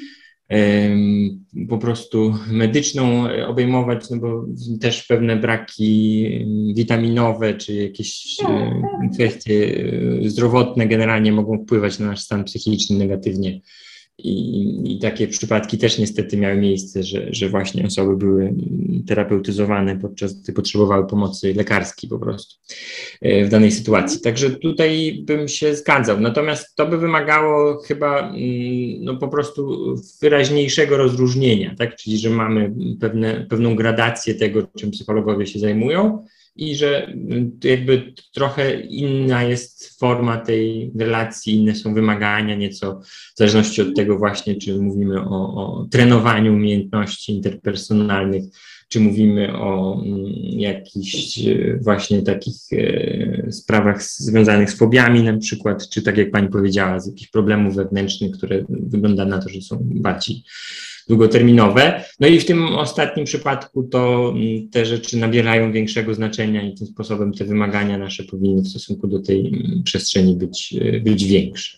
po prostu medyczną obejmować, no bo też pewne braki witaminowe czy jakieś kwestie zdrowotne generalnie mogą wpływać na nasz stan psychiczny negatywnie. I, I takie przypadki też niestety miały miejsce, że, że właśnie osoby były terapeutyzowane, podczas gdy potrzebowały pomocy lekarskiej po prostu w danej sytuacji. Także tutaj bym się zgadzał. Natomiast to by wymagało chyba no, po prostu wyraźniejszego rozróżnienia, tak? Czyli że mamy pewne, pewną gradację tego, czym psychologowie się zajmują, i że jakby trochę inna jest forma tej relacji, inne są wymagania nieco, w zależności od tego właśnie, czy mówimy o, o trenowaniu umiejętności interpersonalnych, czy mówimy o jakichś właśnie takich e, sprawach związanych z fobiami na przykład, czy tak jak pani powiedziała, z jakichś problemów wewnętrznych, które wygląda na to, że są bardziej długoterminowe. No i w tym ostatnim przypadku to te rzeczy nabierają większego znaczenia i tym sposobem te wymagania nasze powinny w stosunku do tej przestrzeni być, być większe.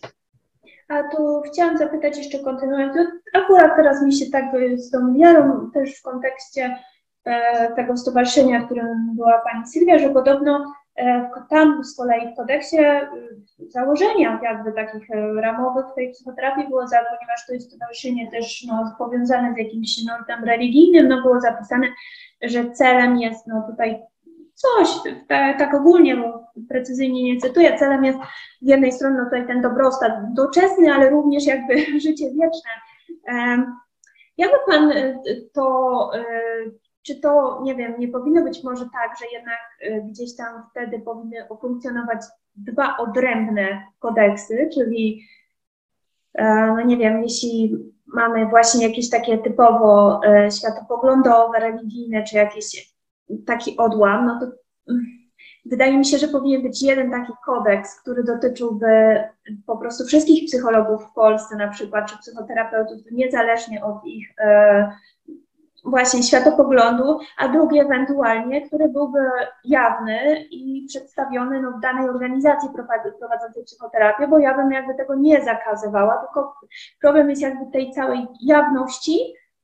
A tu chciałam zapytać jeszcze kontynuując, akurat teraz mi się tak z tą miarą też w kontekście e, tego stowarzyszenia, w którym była pani Sylwia, że podobno e, tam z kolei w kodeksie e, założenia jakby takich e, ramowych tej psychoterapii było, za, ponieważ to jest stowarzyszenie też no, powiązane z jakimś nurtem religijnym, no było zapisane, że celem jest no tutaj coś, tak, tak ogólnie, bo precyzyjnie nie cytuję, celem jest z jednej strony no, tutaj ten dobrostan doczesny, ale również jakby życie wieczne. E, jakby pan to, e, czy to, nie wiem, nie powinno być może tak, że jednak e, gdzieś tam wtedy powinny funkcjonować dwa odrębne kodeksy, czyli e, no nie wiem, jeśli mamy właśnie jakieś takie typowo e, światopoglądowe, religijne, czy jakiś taki odłam, no to wydaje mi się, że powinien być jeden taki kodeks, który dotyczyłby po prostu wszystkich psychologów w Polsce na przykład, czy psychoterapeutów, niezależnie od ich e, właśnie światopoglądu, a drugi ewentualnie, który byłby jawny i przedstawiony no, w danej organizacji prowadzącej psychoterapię, bo ja bym jakby tego nie zakazywała, tylko problem jest jakby tej całej jawności,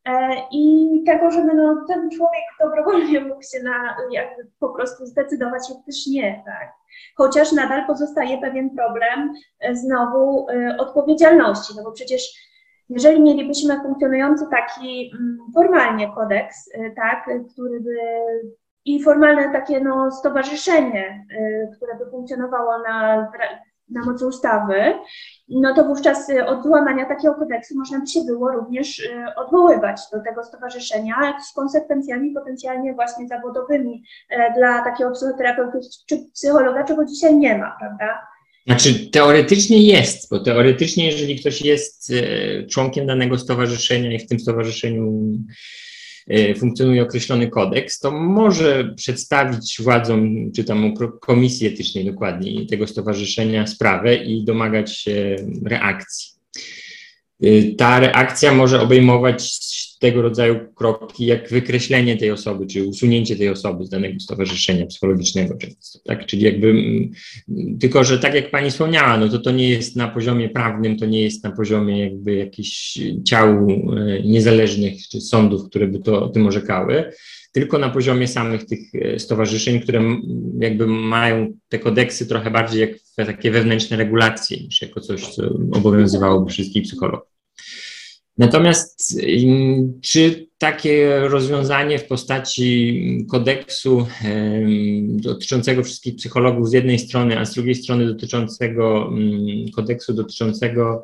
i tego, żeby no, ten człowiek dobrowolnie mógł się na, jakby po prostu zdecydować lub też nie, tak. Chociaż nadal pozostaje pewien problem znowu y, odpowiedzialności, no bo przecież jeżeli mielibyśmy funkcjonujący taki mm, formalnie kodeks, y, tak, który by i formalne takie no, stowarzyszenie, y, które by funkcjonowało na na mocy ustawy, no to wówczas od złamania takiego kodeksu można by się było również odwoływać do tego stowarzyszenia z konsekwencjami potencjalnie właśnie zawodowymi dla takiego psychoterapeuty czy psychologa, czego dzisiaj nie ma, prawda? Znaczy teoretycznie jest, bo teoretycznie jeżeli ktoś jest członkiem danego stowarzyszenia i w tym stowarzyszeniu funkcjonuje określony kodeks, to może przedstawić władzom, czy tam komisji etycznej dokładniej tego stowarzyszenia sprawę i domagać się reakcji. Ta reakcja może obejmować tego rodzaju kroki, jak wykreślenie tej osoby, czy usunięcie tej osoby z danego stowarzyszenia psychologicznego często, tak? Czyli jakby, tylko że tak jak pani wspomniała, no to to nie jest na poziomie prawnym, to nie jest na poziomie jakby jakichś ciał niezależnych, czy sądów, które by to o tym orzekały, tylko na poziomie samych tych stowarzyszeń, które jakby mają te kodeksy trochę bardziej jak takie wewnętrzne regulacje, niż jako coś, co obowiązywałoby wszystkich psychologów. Natomiast czy takie rozwiązanie w postaci kodeksu dotyczącego wszystkich psychologów z jednej strony, a z drugiej strony dotyczącego kodeksu dotyczącego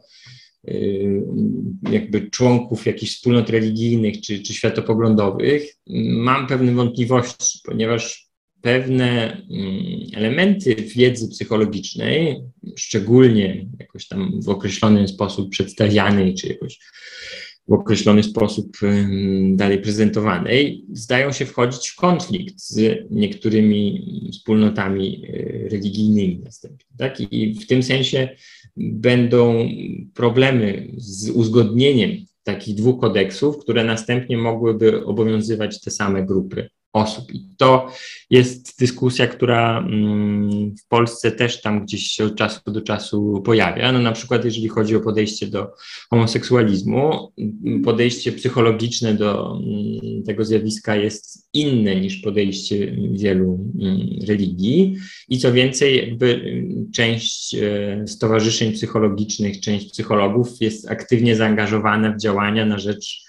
jakby członków jakichś wspólnot religijnych czy, czy światopoglądowych, mam pewne wątpliwości, ponieważ pewne elementy wiedzy psychologicznej, szczególnie jakoś tam w określony sposób przedstawianej, czy jakoś w określony sposób dalej prezentowanej, zdają się wchodzić w konflikt z niektórymi wspólnotami religijnymi następnie, tak? I w tym sensie będą problemy z uzgodnieniem takich dwóch kodeksów, które następnie mogłyby obowiązywać te same grupy osób. I to jest dyskusja, która w Polsce też tam gdzieś się od czasu do czasu pojawia. No na przykład jeżeli chodzi o podejście do homoseksualizmu, podejście psychologiczne do tego zjawiska jest inne niż podejście wielu religii i co więcej, jakby część stowarzyszeń psychologicznych, część psychologów jest aktywnie zaangażowana w działania na rzecz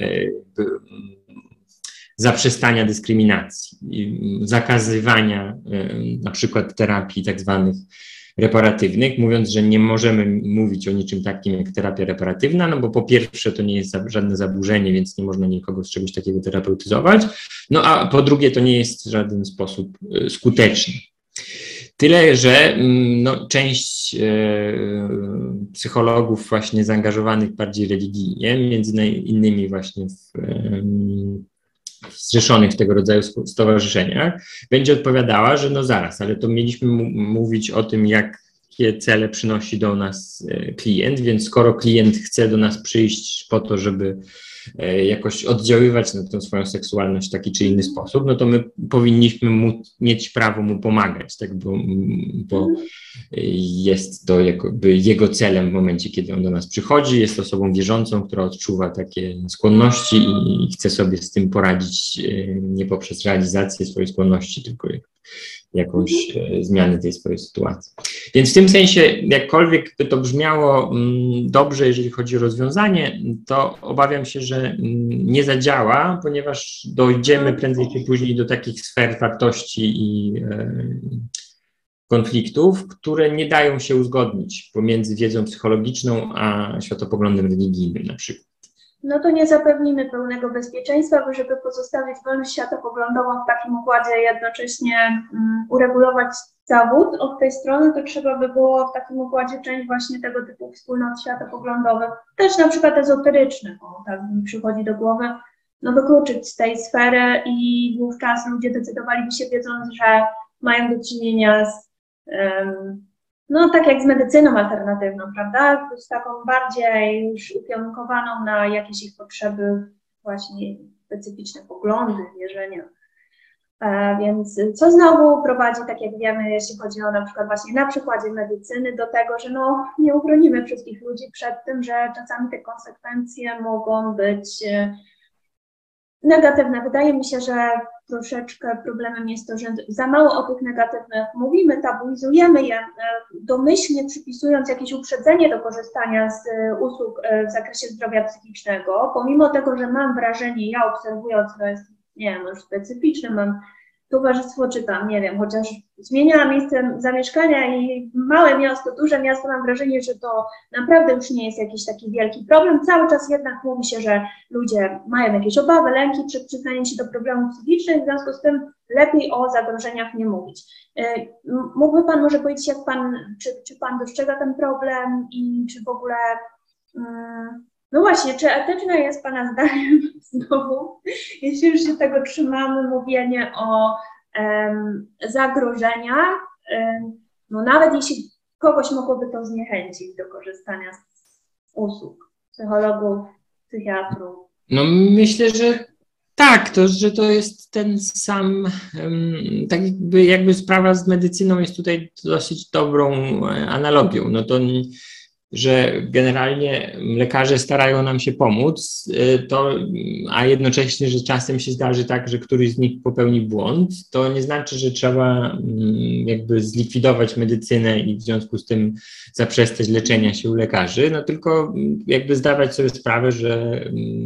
zaprzestania dyskryminacji, zakazywania na przykład terapii tak zwanych reparatywnych, mówiąc, że nie możemy mówić o niczym takim jak terapia reparatywna, no bo po pierwsze to nie jest żadne zaburzenie, więc nie można nikogo z czegoś takiego terapeutyzować, no a po drugie to nie jest w żaden sposób skuteczny. Tyle, że no, część e, psychologów właśnie zaangażowanych bardziej religijnie, między innymi właśnie w e, zrzeszonych w tego rodzaju stowarzyszeniach, będzie odpowiadała, że no zaraz, ale to mieliśmy mówić o tym, jakie cele przynosi do nas klient, więc skoro klient chce do nas przyjść po to, żeby jakoś oddziaływać na tę swoją seksualność w taki czy inny sposób, no to my powinniśmy mu, mieć prawo mu pomagać, tak, bo, bo jest to jakby jego celem w momencie, kiedy on do nas przychodzi, jest osobą wierzącą, która odczuwa takie skłonności i chce sobie z tym poradzić nie poprzez realizację swojej skłonności, tylko jakąś zmianę tej swojej sytuacji. Więc w tym sensie, jakkolwiek by to brzmiało dobrze, jeżeli chodzi o rozwiązanie, to obawiam się, że nie zadziała, ponieważ dojdziemy prędzej czy później do takich sfer wartości i konfliktów, które nie dają się uzgodnić pomiędzy wiedzą psychologiczną a światopoglądem religijnym na przykład. No to nie zapewnimy pełnego bezpieczeństwa, bo żeby pozostawić wolność światopoglądową w takim układzie, jednocześnie um, uregulować zawód od tej strony, to trzeba by było w takim układzie część właśnie tego typu wspólnot światopoglądowych, też na przykład ezoterycznych, o, tak mi przychodzi do głowy, no wykluczyć z tej sfery i wówczas ludzie decydowaliby się, wiedząc, że mają do czynienia z um, no tak jak z medycyną alternatywną, prawda? Z taką bardziej już ukierunkowaną na jakieś ich potrzeby, właśnie specyficzne poglądy, wierzenia. E, więc co znowu prowadzi, tak jak wiemy, jeśli chodzi o na przykład właśnie na przykładzie medycyny, do tego, że no nie uchronimy wszystkich ludzi przed tym, że czasami te konsekwencje mogą być e, negatywne. Wydaje mi się, że troszeczkę problemem jest to, że za mało o tych negatywnych mówimy, tabuizujemy je, domyślnie przypisując jakieś uprzedzenie do korzystania z usług w zakresie zdrowia psychicznego, pomimo tego, że mam wrażenie, ja obserwując, to jest, nie wiem, już specyficzne, mam towarzystwo, czy tam, nie wiem, chociaż zmieniałam miejsce zamieszkania i małe miasto, duże miasto, mam wrażenie, że to naprawdę już nie jest jakiś taki wielki problem. Cały czas jednak mówi się, że ludzie mają jakieś obawy, lęki przed przyznaniem się do problemów psychicznych, w związku z tym lepiej o zagrożeniach nie mówić. Mógłby Pan może powiedzieć, jak Pan, czy, czy Pan dostrzega ten problem i czy w ogóle... No właśnie, czy etyczne jest Pana zdaniem znowu, jeśli już się tego trzymamy, mówienie o um, zagrożeniach, um, no nawet jeśli kogoś mogłoby to zniechęcić do korzystania z usług psychologów, psychiatrów. No myślę, że tak, to, że to jest ten sam, um, tak jakby, jakby sprawa z medycyną jest tutaj dosyć dobrą analogią. No to, że generalnie lekarze starają nam się pomóc, to, a jednocześnie, że czasem się zdarzy tak, że któryś z nich popełni błąd, to nie znaczy, że trzeba jakby zlikwidować medycynę i w związku z tym zaprzestać leczenia się u lekarzy, no tylko jakby zdawać sobie sprawę, że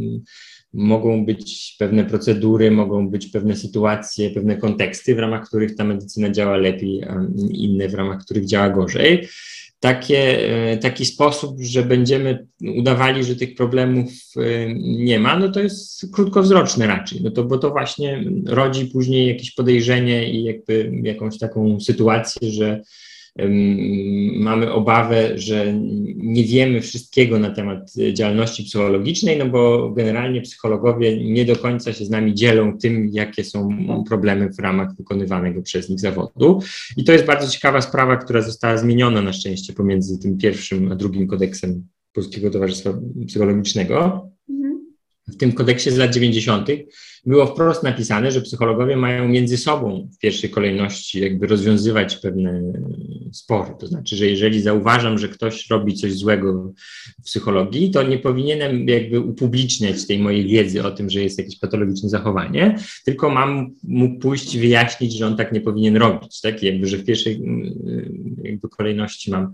mogą być pewne procedury, mogą być pewne sytuacje, pewne konteksty, w ramach których ta medycyna działa lepiej, a inne w ramach których działa gorzej. Takie, taki sposób, że będziemy udawali, że tych problemów nie ma, no to jest krótkowzroczne raczej, no to, bo to właśnie rodzi później jakieś podejrzenie i jakby jakąś taką sytuację, że mamy obawę, że nie wiemy wszystkiego na temat działalności psychologicznej, no bo generalnie psychologowie nie do końca się z nami dzielą tym, jakie są problemy w ramach wykonywanego przez nich zawodu. I to jest bardzo ciekawa sprawa, która została zmieniona na szczęście pomiędzy tym pierwszym a drugim kodeksem Polskiego Towarzystwa Psychologicznego. W tym kodeksie z lat dziewięćdziesiątych było wprost napisane, że psychologowie mają między sobą w pierwszej kolejności jakby rozwiązywać pewne spory. To znaczy, że jeżeli zauważam, że ktoś robi coś złego w psychologii, to nie powinienem jakby upubliczniać tej mojej wiedzy o tym, że jest jakieś patologiczne zachowanie, tylko mam mu pójść wyjaśnić, że on tak nie powinien robić. Tak? Jakby, że w pierwszej jakby kolejności mam,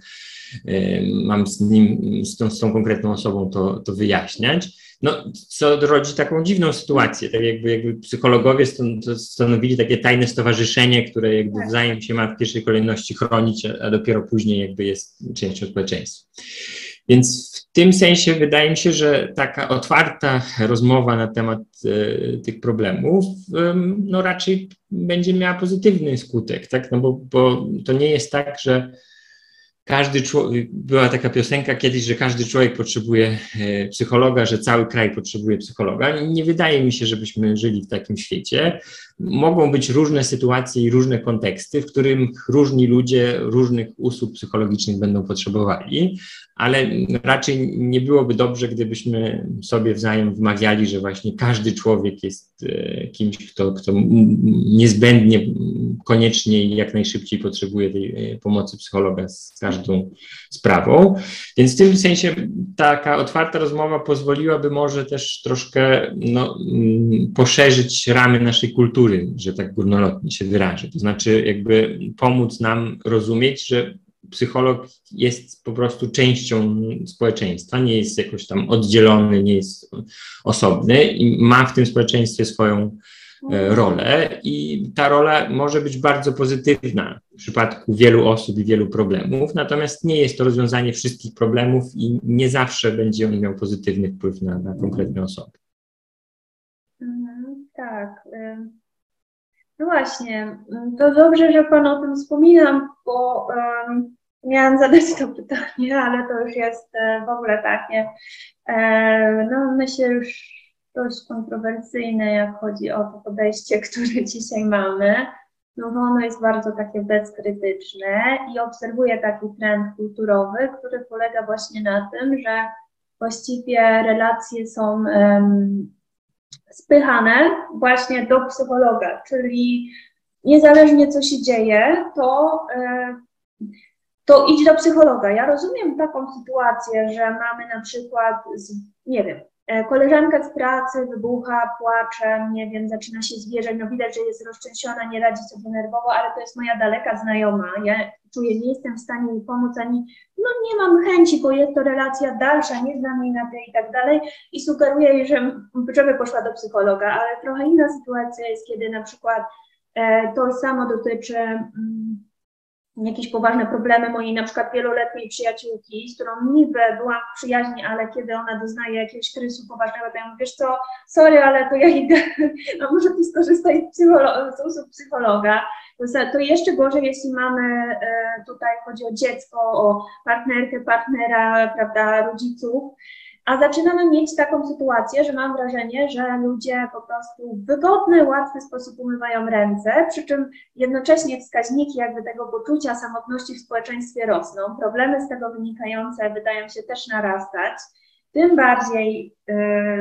mam z nim, z tą, z tą konkretną osobą to, to wyjaśniać. No, co rodzi taką dziwną sytuację, tak jakby, jakby psychologowie stanowili takie tajne stowarzyszenie, które jakby wzajem się ma w pierwszej kolejności chronić, a dopiero później jakby jest częścią społeczeństwa. Więc w tym sensie wydaje mi się, że taka otwarta rozmowa na temat e, tych problemów e, no raczej będzie miała pozytywny skutek, tak? No bo, bo to nie jest tak, że każdy człowiek, była taka piosenka kiedyś, że każdy człowiek potrzebuje psychologa, że cały kraj potrzebuje psychologa. Nie wydaje mi się, żebyśmy żyli w takim świecie. Mogą być różne sytuacje i różne konteksty, w którym różni ludzie różnych usług psychologicznych będą potrzebowali, ale raczej nie byłoby dobrze, gdybyśmy sobie wzajem wmawiali, że właśnie każdy człowiek jest kimś, kto, kto niezbędnie, koniecznie i jak najszybciej potrzebuje tej pomocy psychologa z każdą sprawą. Więc w tym sensie taka otwarta rozmowa pozwoliłaby może też troszkę no, poszerzyć ramy naszej kultury, że tak górnolotnie się wyrażę. To znaczy jakby pomóc nam rozumieć, że psycholog jest po prostu częścią społeczeństwa, nie jest jakoś tam oddzielony, nie jest osobny i ma w tym społeczeństwie swoją rolę i ta rola może być bardzo pozytywna w przypadku wielu osób i wielu problemów, natomiast nie jest to rozwiązanie wszystkich problemów i nie zawsze będzie on miał pozytywny wpływ na, na konkretne osoby. Mhm, tak. No właśnie, to dobrze, że Pan o tym wspominam, bo um, miałam zadać to pytanie, ale to już jest w ogóle takie, e, no myślę już dość kontrowersyjne, jak chodzi o to podejście, które dzisiaj mamy, no bo ono jest bardzo takie bezkrytyczne i obserwuję taki trend kulturowy, który polega właśnie na tym, że właściwie relacje są um, spychane właśnie do psychologa, czyli niezależnie co się dzieje, to, to idź do psychologa. Ja rozumiem taką sytuację, że mamy na przykład, nie wiem, koleżanka z pracy wybucha, płacze, nie wiem, zaczyna się zwierzać, no widać, że jest roztrzęsiona, nie radzi sobie nerwowo, ale to jest moja daleka znajoma. Ja czuję, nie jestem w stanie jej pomóc, ani no nie mam chęci, bo jest to relacja dalsza, nie znam jej na tej i tak dalej i sugeruję jej, że, żeby poszła do psychologa, ale trochę inna sytuacja jest, kiedy na przykład e, to samo dotyczy mm, jakieś poważne problemy mojej na przykład wieloletniej przyjaciółki, z którą niby byłam w przyjaźni, ale kiedy ona doznaje jakiegoś kryzysu poważnego, to ja mówię, wiesz co, sorry, ale to ja idę, a może ty skorzystaj z, psycholo- z usług psychologa. To jeszcze gorzej, jeśli mamy, tutaj chodzi o dziecko, o partnerkę, partnera, prawda, rodziców, a zaczynamy mieć taką sytuację, że mam wrażenie, że ludzie po prostu w wygodny, łatwy sposób umywają ręce, przy czym jednocześnie wskaźniki jakby tego poczucia samotności w społeczeństwie rosną, problemy z tego wynikające wydają się też narastać, tym bardziej yy,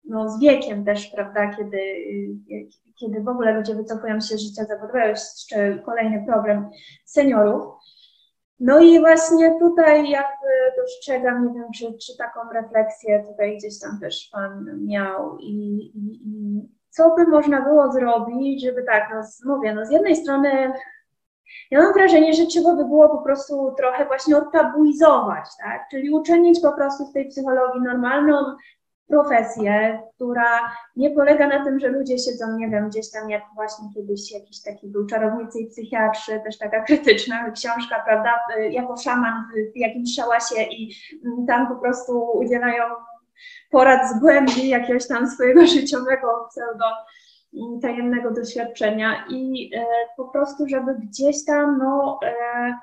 no, z wiekiem też, prawda, kiedy, kiedy w ogóle ludzie wycofują się z życia zawodowego, jest jeszcze kolejny problem seniorów. No i właśnie tutaj jakby dostrzegam, nie wiem, czy, czy taką refleksję tutaj gdzieś tam też Pan miał i, i, i co by można było zrobić, żeby tak, no mówię, no z jednej strony ja mam wrażenie, że trzeba by było po prostu trochę właśnie odtabuizować, tak, czyli uczynić po prostu z tej psychologii normalną profesję, która nie polega na tym, że ludzie siedzą, nie wiem, gdzieś tam jak właśnie kiedyś jakiś taki był Czarownicy i psychiatrzy, też taka krytyczna książka, prawda, jako szaman w jakimś szałasie i tam po prostu udzielają porad z głębi jakiegoś tam swojego życiowego pseudo tajemnego doświadczenia i e, po prostu, żeby gdzieś tam, no, e,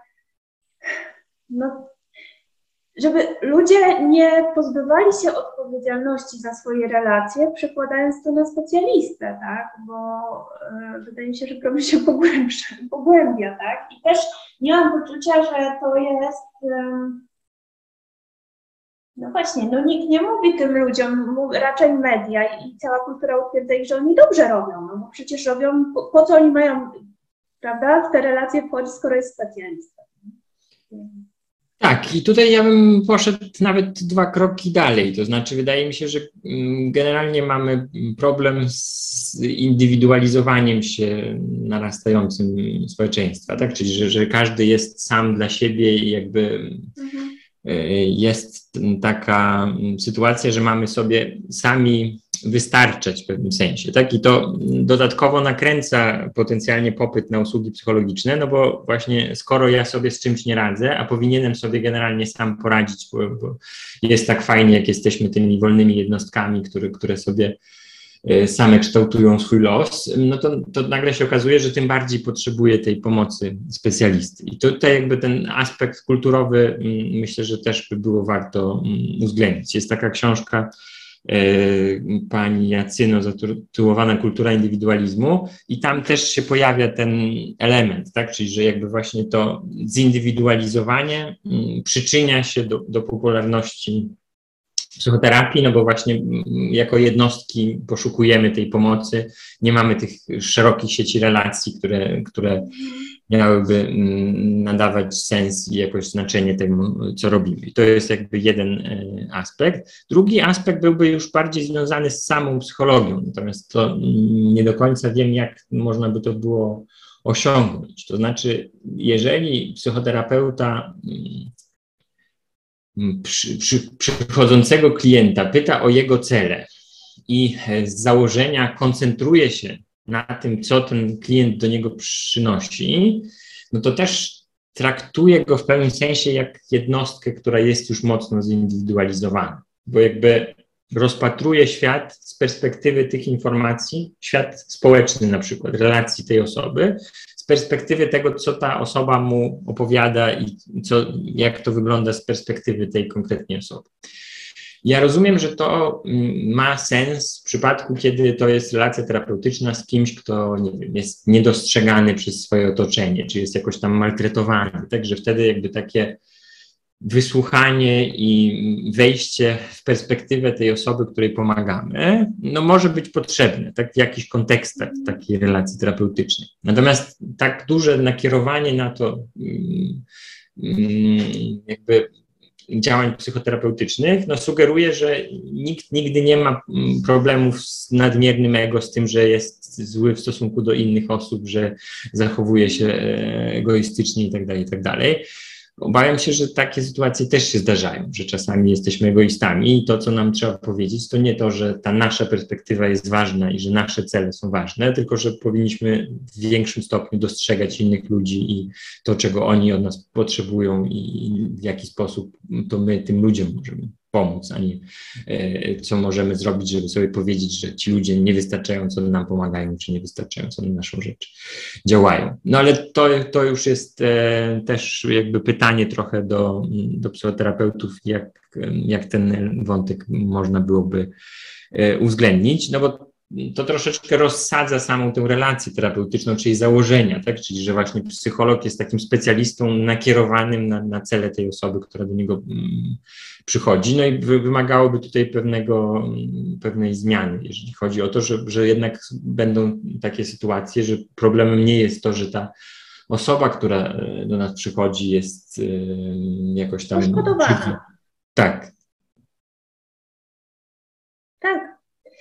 no żeby ludzie nie pozbywali się odpowiedzialności za swoje relacje, przekładając to na specjalistę, tak, bo e, wydaje mi się, że problem się pogłębia, pogłębia, tak, i też nie mam poczucia, że to jest, e, no właśnie, no nikt nie mówi tym ludziom, raczej media i cała kultura utwierdza ich, że oni dobrze robią, no bo przecież robią, po, po co oni mają, prawda, w te relacje wchodzić, skoro jest specjalista. Tak, i tutaj ja bym poszedł nawet dwa kroki dalej, to znaczy wydaje mi się, że generalnie mamy problem z indywidualizowaniem się narastającym społeczeństwa, tak, czyli że, że każdy jest sam dla siebie i jakby mhm. jest taka sytuacja, że mamy sobie sami wystarczać w pewnym sensie, tak? I to dodatkowo nakręca potencjalnie popyt na usługi psychologiczne, no bo właśnie skoro ja sobie z czymś nie radzę, a powinienem sobie generalnie sam poradzić, bo, bo jest tak fajnie, jak jesteśmy tymi wolnymi jednostkami, które, które sobie same kształtują swój los, no to, to nagle się okazuje, że tym bardziej potrzebuje tej pomocy specjalisty. I tutaj jakby ten aspekt kulturowy myślę, że też by było warto uwzględnić. Jest taka książka pani Jacyno zatytułowana Kultura indywidualizmu i tam też się pojawia ten element, tak, czyli że jakby właśnie to zindywidualizowanie przyczynia się do, do popularności psychoterapii, no bo właśnie jako jednostki poszukujemy tej pomocy, nie mamy tych szerokich sieci relacji, które, które miałyby nadawać sens i jakoś znaczenie temu, co robimy. I to jest jakby jeden aspekt. Drugi aspekt byłby już bardziej związany z samą psychologią, natomiast to nie do końca wiem, jak można by to było osiągnąć. To znaczy, jeżeli psychoterapeuta Przy, przy, przychodzącego klienta pyta o jego cele i z założenia koncentruje się na tym, co ten klient do niego przynosi, no to też traktuje go w pewnym sensie jak jednostkę, która jest już mocno zindywidualizowana, bo jakby rozpatruje świat z perspektywy tych informacji, świat społeczny na przykład, relacji tej osoby, z perspektywy tego, co ta osoba mu opowiada i co, jak to wygląda z perspektywy tej konkretnej osoby. Ja rozumiem, że to ma sens w przypadku, kiedy to jest relacja terapeutyczna z kimś, kto nie wiem, jest niedostrzegany przez swoje otoczenie, czy jest jakoś tam maltretowany, także wtedy jakby takie wysłuchanie i wejście w perspektywę tej osoby, której pomagamy, no może być potrzebne, tak w jakichś kontekstach takiej relacji terapeutycznej. Natomiast tak duże nakierowanie na to jakby działań psychoterapeutycznych, no sugeruje, że nikt nigdy nie ma problemów z nadmiernym ego, z tym, że jest zły w stosunku do innych osób, że zachowuje się egoistycznie i tak dalej, i tak dalej. Obawiam się, że takie sytuacje też się zdarzają, że czasami jesteśmy egoistami i to, co nam trzeba powiedzieć, to nie to, że ta nasza perspektywa jest ważna i że nasze cele są ważne, tylko że powinniśmy w większym stopniu dostrzegać innych ludzi i to, czego oni od nas potrzebują i w jaki sposób to my tym ludziom możemy pomóc, a nie co możemy zrobić, żeby sobie powiedzieć, że ci ludzie niewystarczająco nam pomagają, czy niewystarczająco na naszą rzecz działają. No ale to, to już jest e, też jakby pytanie trochę do, do psychoterapeutów, jak, jak ten wątek można byłoby e, uwzględnić, no bo to troszeczkę rozsadza samą tę relację terapeutyczną, czyli założenia, tak? Czyli że właśnie psycholog jest takim specjalistą nakierowanym na, na cele tej osoby, która do niego mm, przychodzi. No i wy, wymagałoby tutaj pewnego, mm, pewnej zmiany, jeżeli chodzi o to, że, że jednak będą takie sytuacje, że problemem nie jest to, że ta osoba, która do nas przychodzi, jest y, jakoś tam... Poszkodowana. Tak. Tak.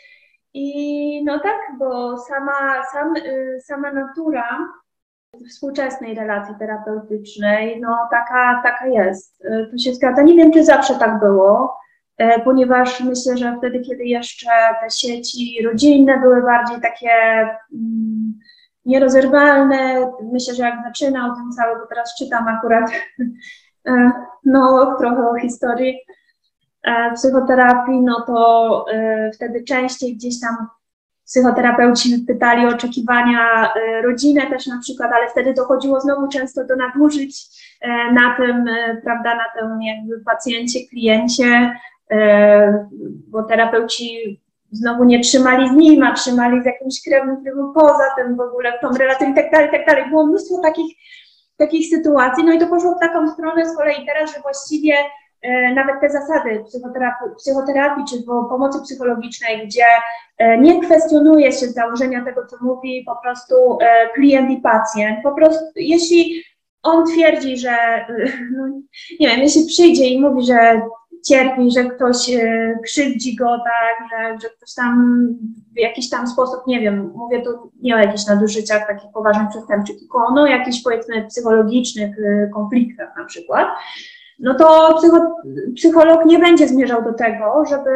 I no tak, bo sama, sam, y, sama natura współczesnej relacji terapeutycznej, no taka, taka jest. Y, to się zgadza. Nie wiem, czy zawsze tak było, y, ponieważ myślę, że wtedy, kiedy jeszcze te sieci rodzinne były bardziej takie mm, nierozerwalne, myślę, że jak zaczynał ten cały, bo teraz czytam akurat y, no trochę o historii psychoterapii, no to y, wtedy częściej gdzieś tam psychoterapeuci pytali o oczekiwania y, rodziny też na przykład, ale wtedy dochodziło znowu często do nadużyć y, na tym, y, prawda, na tym jakby pacjencie, kliencie, y, bo terapeuci znowu nie trzymali z nim, a trzymali z jakimś krewnym, który był poza tym w ogóle, w tą relacją i tak dalej, i tak dalej. Było mnóstwo takich, takich sytuacji, no i to poszło w taką stronę z kolei teraz, że właściwie nawet te zasady psychoterapii, psychoterapii czy pomocy psychologicznej, gdzie nie kwestionuje się założenia tego, co mówi po prostu klient i pacjent. Po prostu, jeśli on twierdzi, że, no, nie wiem, jeśli przyjdzie i mówi, że cierpi, że ktoś krzywdzi go, tak, że, że ktoś tam w jakiś tam sposób, nie wiem, mówię tu nie o jakichś nadużyciach takich poważnych przestępczych, tylko o no, jakichś powiedzmy psychologicznych konfliktach na przykład, no to psycho, psycholog nie będzie zmierzał do tego, żeby,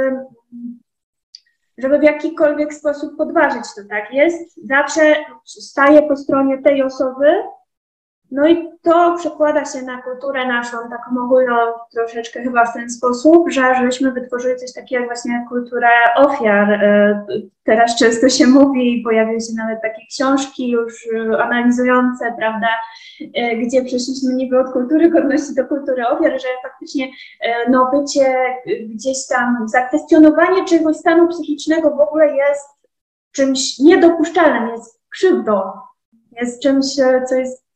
żeby w jakikolwiek sposób podważyć to, tak jest. Zawsze staje po stronie tej osoby, no i to przekłada się na kulturę naszą, taką ogólną troszeczkę chyba w ten sposób, że żeśmy wytworzyli coś takiego jak właśnie kulturę ofiar. Teraz często się mówi, pojawiają się nawet takie książki już analizujące, prawda, gdzie przeszliśmy niby od kultury godności do kultury ofiar, że faktycznie no bycie gdzieś tam, zakwestionowanie czegoś stanu psychicznego w ogóle jest czymś niedopuszczalnym, jest krzywdą, jest czymś, co jest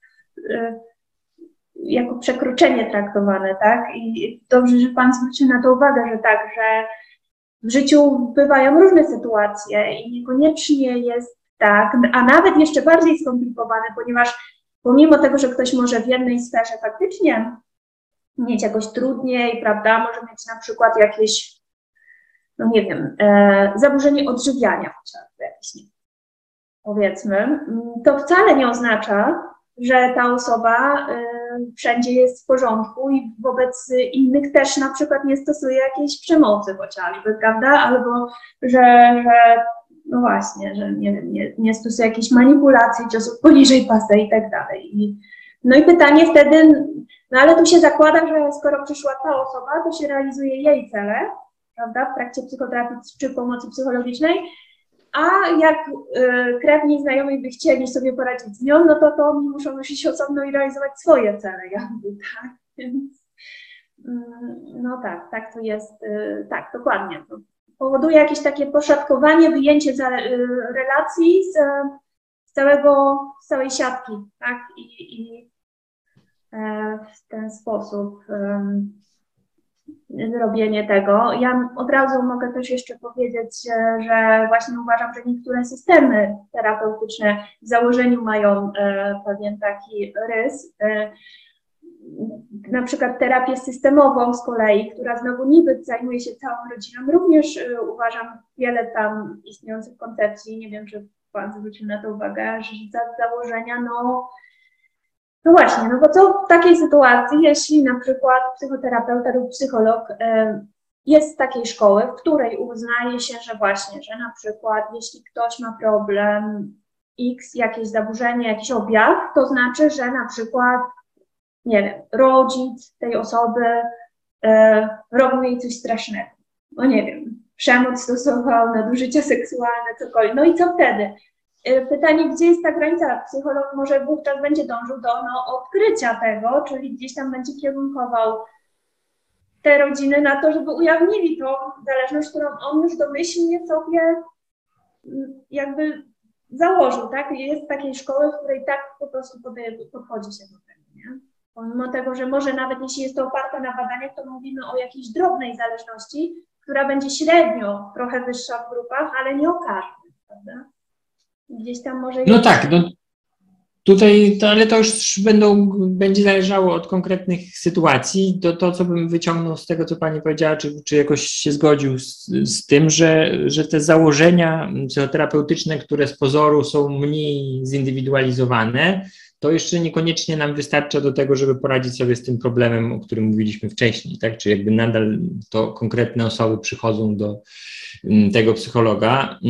jako przekroczenie traktowane, tak? I dobrze, że Pan zwrócił na to uwagę, że tak, że w życiu bywają różne sytuacje i niekoniecznie jest tak, a nawet jeszcze bardziej skomplikowane, ponieważ pomimo tego, że ktoś może w jednej sferze faktycznie mieć jakoś trudniej, prawda, może mieć na przykład jakieś, no nie wiem, e, zaburzenie odżywiania chociażby jakieś, nie, powiedzmy, to wcale nie oznacza, że ta osoba y, wszędzie jest w porządku i wobec innych też na przykład nie stosuje jakiejś przemocy chociażby, prawda? Albo że, że no właśnie, że nie wiem, nie, nie stosuje jakiejś manipulacji, ciosów poniżej pasa i tak dalej. I, no i pytanie wtedy, no ale tu się zakłada, że skoro przyszła ta osoba, to się realizuje jej cele, prawda, w trakcie psychoterapii czy pomocy psychologicznej, a jak y, krewni znajomi by chcieli sobie poradzić z nią, no to to oni muszą nosić osobno i realizować swoje cele, jakby, tak? Więc y, no tak, tak to jest, y, tak, dokładnie. To powoduje jakieś takie poszatkowanie, wyjęcie za, y, relacji z, z całego, z całej siatki, tak? I, i y, w ten sposób y, zrobienie tego. Ja od razu mogę też jeszcze powiedzieć, że właśnie uważam, że niektóre systemy terapeutyczne w założeniu mają e, pewien taki rys. E, na przykład terapię systemową z kolei, która znowu niby zajmuje się całą rodziną, również e, uważam wiele tam istniejących koncepcji, nie wiem, czy Pan zwrócił na to uwagę, że za założenia, no No właśnie, no bo co w takiej sytuacji, jeśli na przykład psychoterapeuta lub psycholog y, jest z takiej szkoły, w której uznaje się, że właśnie, że na przykład jeśli ktoś ma problem X, jakieś zaburzenie, jakiś objaw, to znaczy, że na przykład, nie wiem, rodzic tej osoby y, robił jej coś strasznego. No nie wiem, przemoc stosował, nadużycie seksualne, cokolwiek. No i co wtedy? Pytanie, gdzie jest ta granica? Psycholog może wówczas będzie dążył do no, odkrycia tego, czyli gdzieś tam będzie kierunkował te rodziny na to, żeby ujawnili tą zależność, którą on już domyślnie sobie jakby założył, tak? Jest takiej szkoły, w której tak po prostu podchodzi się do tego, nie? Pomimo tego, że może nawet jeśli jest to oparte na badaniach, to mówimy o jakiejś drobnej zależności, która będzie średnio trochę wyższa w grupach, ale nie o każdym, prawda? Gdzieś tam może... No tak, no tutaj, to, ale to już będą, będzie zależało od konkretnych sytuacji. To, to, co bym wyciągnął z tego, co Pani powiedziała, czy, czy jakoś się zgodził z, z tym, że, że te założenia psychoterapeutyczne, które z pozoru są mniej zindywidualizowane, to jeszcze niekoniecznie nam wystarcza do tego, żeby poradzić sobie z tym problemem, o którym mówiliśmy wcześniej, tak? Czy jakby nadal to konkretne osoby przychodzą do tego psychologa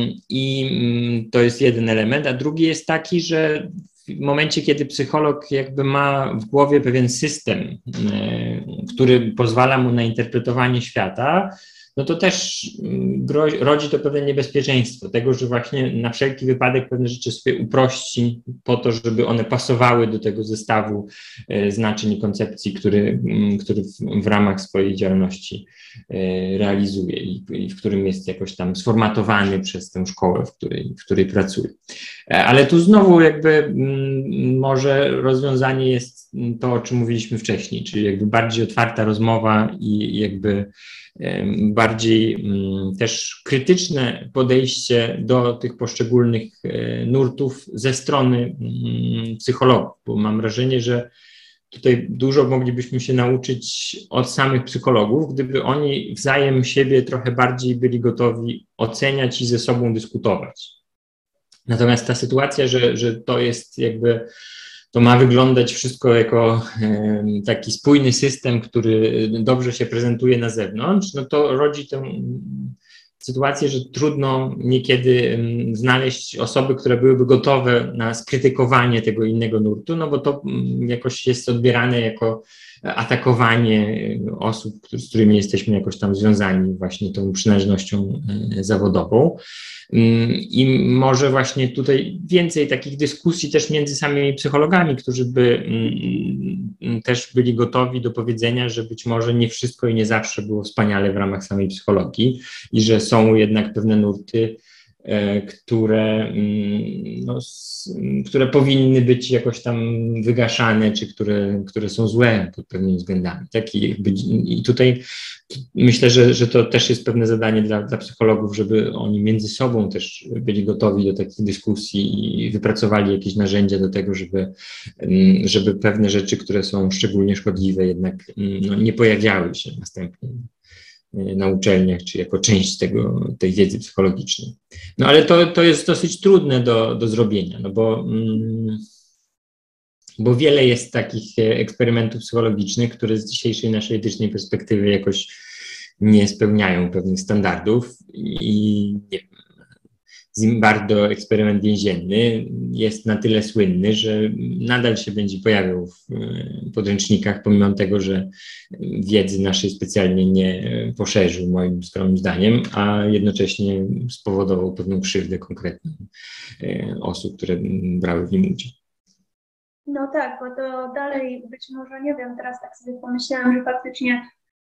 i to jest jeden element, a drugi jest taki, że w momencie, kiedy psycholog jakby ma w głowie pewien system, który pozwala mu na interpretowanie świata, no to też rodzi to pewne niebezpieczeństwo tego, że właśnie na wszelki wypadek pewne rzeczy sobie uprości po to, żeby one pasowały do tego zestawu znaczeń i koncepcji, który, który w, w ramach swojej działalności realizuje i, i w którym jest jakoś tam sformatowany przez tę szkołę, w której, w której pracuje. Ale tu znowu jakby może rozwiązanie jest to, o czym mówiliśmy wcześniej, czyli jakby bardziej otwarta rozmowa i jakby bardziej też krytyczne podejście do tych poszczególnych nurtów ze strony psychologów, bo mam wrażenie, że tutaj dużo moglibyśmy się nauczyć od samych psychologów, gdyby oni wzajem siebie trochę bardziej byli gotowi oceniać i ze sobą dyskutować. Natomiast ta sytuacja, że, że to jest jakby, to ma wyglądać wszystko jako e, taki spójny system, który dobrze się prezentuje na zewnątrz, no to rodzi tę sytuację, że trudno niekiedy um, znaleźć osoby, które byłyby gotowe na skrytykowanie tego innego nurtu, no bo to um, jakoś jest odbierane jako atakowanie osób, z którymi jesteśmy jakoś tam związani właśnie tą przynależnością e, zawodową. I może właśnie tutaj więcej takich dyskusji też między samymi psychologami, którzy by też byli gotowi do powiedzenia, że być może nie wszystko i nie zawsze było wspaniale w ramach samej psychologii i że są jednak pewne nurty, które, no, które powinny być jakoś tam wygaszane, czy które, które są złe pod pewnymi względami. Tak? I, jakby, i tutaj myślę, że, że to też jest pewne zadanie dla, dla psychologów, żeby oni między sobą też byli gotowi do takich dyskusji i wypracowali jakieś narzędzia do tego, żeby, żeby pewne rzeczy, które są szczególnie szkodliwe, jednak no, nie pojawiały się następnie na uczelniach, czy jako część tego, tej wiedzy psychologicznej. No ale to, to jest dosyć trudne do, do zrobienia, no bo, mm, bo wiele jest takich eksperymentów psychologicznych, które z dzisiejszej naszej etycznej perspektywy jakoś nie spełniają pewnych standardów i nie wiem, Zimbardo, eksperyment więzienny, jest na tyle słynny, że nadal się będzie pojawiał w podręcznikach, pomimo tego, że wiedzy naszej specjalnie nie poszerzył, moim skromnym zdaniem, a jednocześnie spowodował pewną krzywdę konkretną osób, które brały w nim udział. No tak, bo to dalej być może, nie wiem, teraz tak sobie pomyślałam, że faktycznie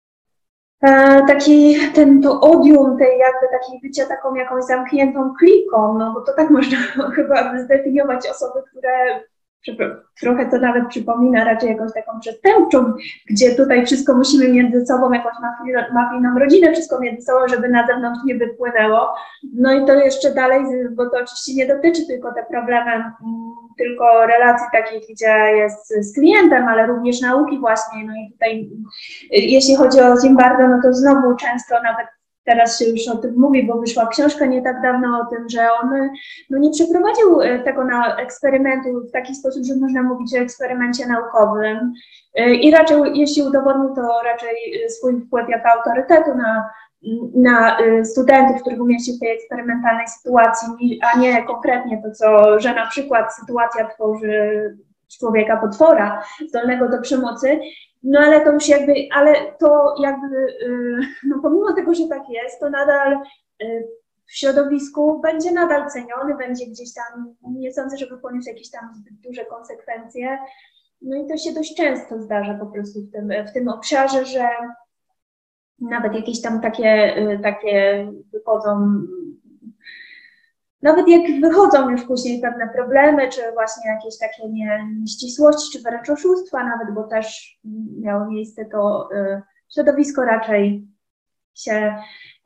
taki, ten, to odium tej jakby takiej bycia taką jakąś zamkniętą kliką, no bo to tak można chyba zdefiniować osoby, które trochę to nawet przypomina raczej jakąś taką przestępczą, gdzie tutaj wszystko musimy między sobą, jakąś mafijną rodzinę, wszystko między sobą, żeby na zewnątrz nie wypłynęło. No i to jeszcze dalej, bo to oczywiście nie dotyczy tylko te problemy, tylko relacji takich, gdzie jest z klientem, ale również nauki właśnie. No i tutaj, jeśli chodzi o Zimbardo, no to znowu często nawet teraz się już o tym mówi, bo wyszła książka nie tak dawno o tym, że on no, nie przeprowadził tego na eksperymentu w taki sposób, że można mówić o eksperymencie naukowym i raczej, jeśli udowodnił, to raczej swój wpływ jako autorytetu na, na studentów, których umieścił w tej eksperymentalnej sytuacji, a nie konkretnie to, co, że na przykład sytuacja tworzy człowieka potwora zdolnego do przemocy. No ale to już jakby, ale to jakby, no pomimo tego, że tak jest, to nadal w środowisku będzie nadal ceniony, będzie gdzieś tam, nie sądzę, żeby poniósł jakieś tam zbyt duże konsekwencje. No i to się dość często zdarza po prostu w tym, w tym obszarze, że nawet jakieś tam takie, takie wychodzą nawet jak wychodzą już później pewne problemy, czy właśnie jakieś takie nie, nieścisłości, czy wręcz oszustwa nawet, bo też miało miejsce, to y, środowisko raczej się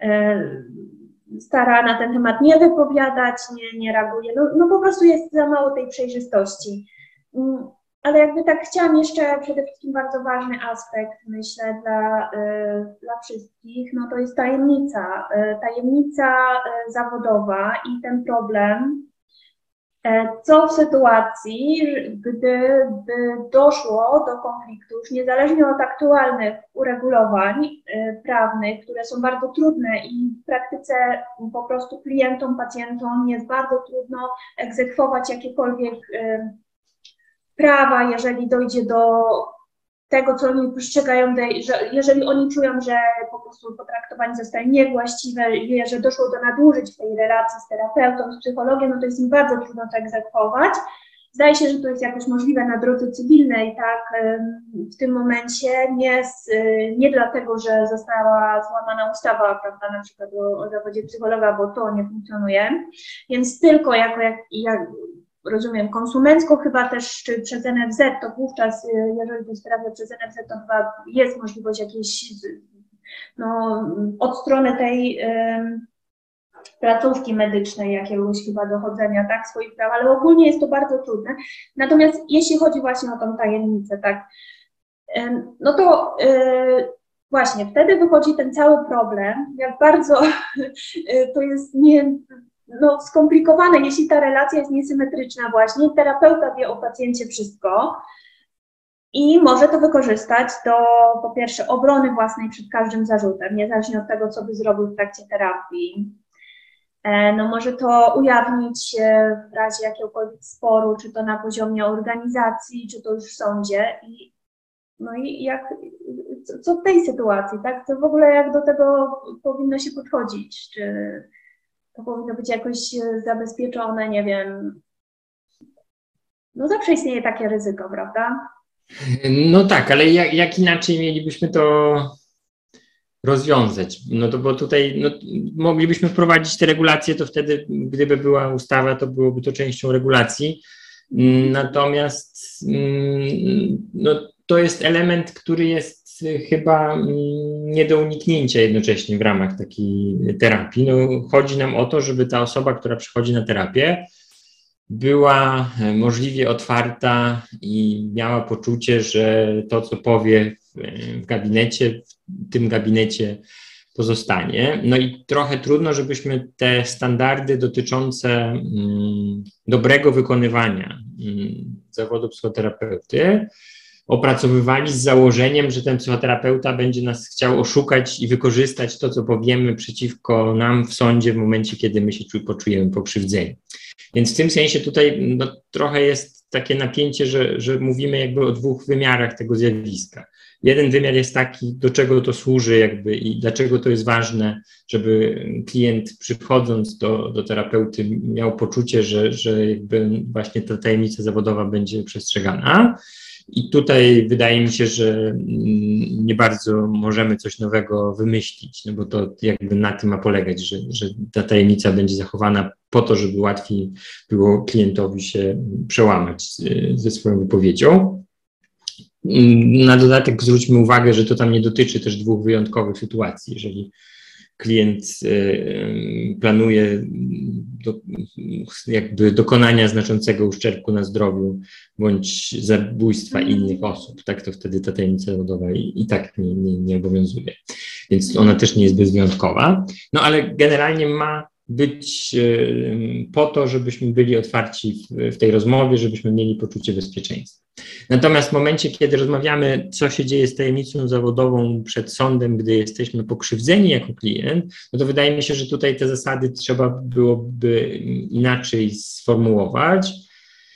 y, stara na ten temat nie wypowiadać, nie, nie reaguje. No, no po prostu jest za mało tej przejrzystości. Y, ale jakby tak chciałam jeszcze przede wszystkim bardzo ważny aspekt, myślę, dla, y, dla wszystkich, no to jest tajemnica, y, tajemnica y, zawodowa i ten problem, y, co w sytuacji, gdyby doszło do konfliktu, już niezależnie od aktualnych uregulowań y, prawnych, które są bardzo trudne i w praktyce po prostu klientom, pacjentom jest bardzo trudno egzekwować jakiekolwiek y, prawa, jeżeli dojdzie do tego, co oni postrzegają, że jeżeli oni czują, że po prostu potraktowanie zostaje niewłaściwe, że doszło do nadużyć w tej relacji z terapeutą, z psychologiem, no to jest im bardzo trudno to egzekwować. Zdaje się, że to jest jakoś możliwe na drodze cywilnej, tak, w tym momencie, nie, z, nie dlatego, że została złamana ustawa, prawda, na przykład o, o zawodzie psychologa, bo to nie funkcjonuje, więc tylko jako jak, jak rozumiem, konsumencko chyba też, czy przez N F Z, to wówczas, jeżeli to jest sprawia przez N F Z, to chyba jest możliwość jakiejś, no, od strony tej y, placówki medycznej jakiegoś chyba dochodzenia, tak, swoich praw, ale ogólnie jest to bardzo trudne. Natomiast jeśli chodzi właśnie o tą tajemnicę, tak, y, no to y, właśnie wtedy wychodzi ten cały problem, jak bardzo y, to jest nie... no, skomplikowane, jeśli ta relacja jest niesymetryczna właśnie, terapeuta wie o pacjencie wszystko i może to wykorzystać do, po pierwsze, obrony własnej przed każdym zarzutem, niezależnie od tego, co by zrobił w trakcie terapii. No, może to ujawnić w razie jakiegokolwiek sporu, czy to na poziomie organizacji, czy to już w sądzie. I, no i jak, co, co w tej sytuacji, tak? To w ogóle jak do tego powinno się podchodzić, czy to powinno być jakoś zabezpieczone, nie wiem. No zawsze istnieje takie ryzyko, prawda? No tak, ale jak, jak inaczej mielibyśmy to rozwiązać? No to bo tutaj no, moglibyśmy wprowadzić te regulacje, to wtedy, gdyby była ustawa, to byłoby to częścią regulacji. Natomiast no, to jest element, który jest chyba nie do uniknięcia jednocześnie w ramach takiej terapii. No, chodzi nam o to, żeby ta osoba, która przychodzi na terapię, była możliwie otwarta i miała poczucie, że to, co powie w gabinecie, w tym gabinecie pozostanie. No i trochę trudno, żebyśmy te standardy dotyczące mm, dobrego wykonywania mm, zawodu psychoterapeuty opracowywali z założeniem, że ten psychoterapeuta będzie nas chciał oszukać i wykorzystać to, co powiemy przeciwko nam w sądzie w momencie, kiedy my się poczujemy pokrzywdzeni. Więc w tym sensie tutaj no, trochę jest takie napięcie, że, że mówimy jakby o dwóch wymiarach tego zjawiska. Jeden wymiar jest taki, do czego to służy jakby i dlaczego to jest ważne, żeby klient przychodząc do, do terapeuty miał poczucie, że, że jakby właśnie ta tajemnica zawodowa będzie przestrzegana. I tutaj wydaje mi się, że nie bardzo możemy coś nowego wymyślić, no bo to jakby na tym ma polegać, że, że ta tajemnica będzie zachowana po to, żeby łatwiej było klientowi się przełamać ze swoją wypowiedzią. Na dodatek zwróćmy uwagę, że to tam nie dotyczy też dwóch wyjątkowych sytuacji. Jeżeli klient planuje do, jakby dokonania znaczącego uszczerbku na zdrowiu bądź zabójstwa innych osób, tak, to wtedy ta tajemnica zawodowa i, i tak nie, nie, nie obowiązuje. Więc ona też nie jest bezwyjątkowa. No ale generalnie ma być po to, żebyśmy byli otwarci w, w tej rozmowie, żebyśmy mieli poczucie bezpieczeństwa. Natomiast w momencie, kiedy rozmawiamy, co się dzieje z tajemnicą zawodową przed sądem, gdy jesteśmy pokrzywdzeni jako klient, no to wydaje mi się, że tutaj te zasady trzeba byłoby inaczej sformułować.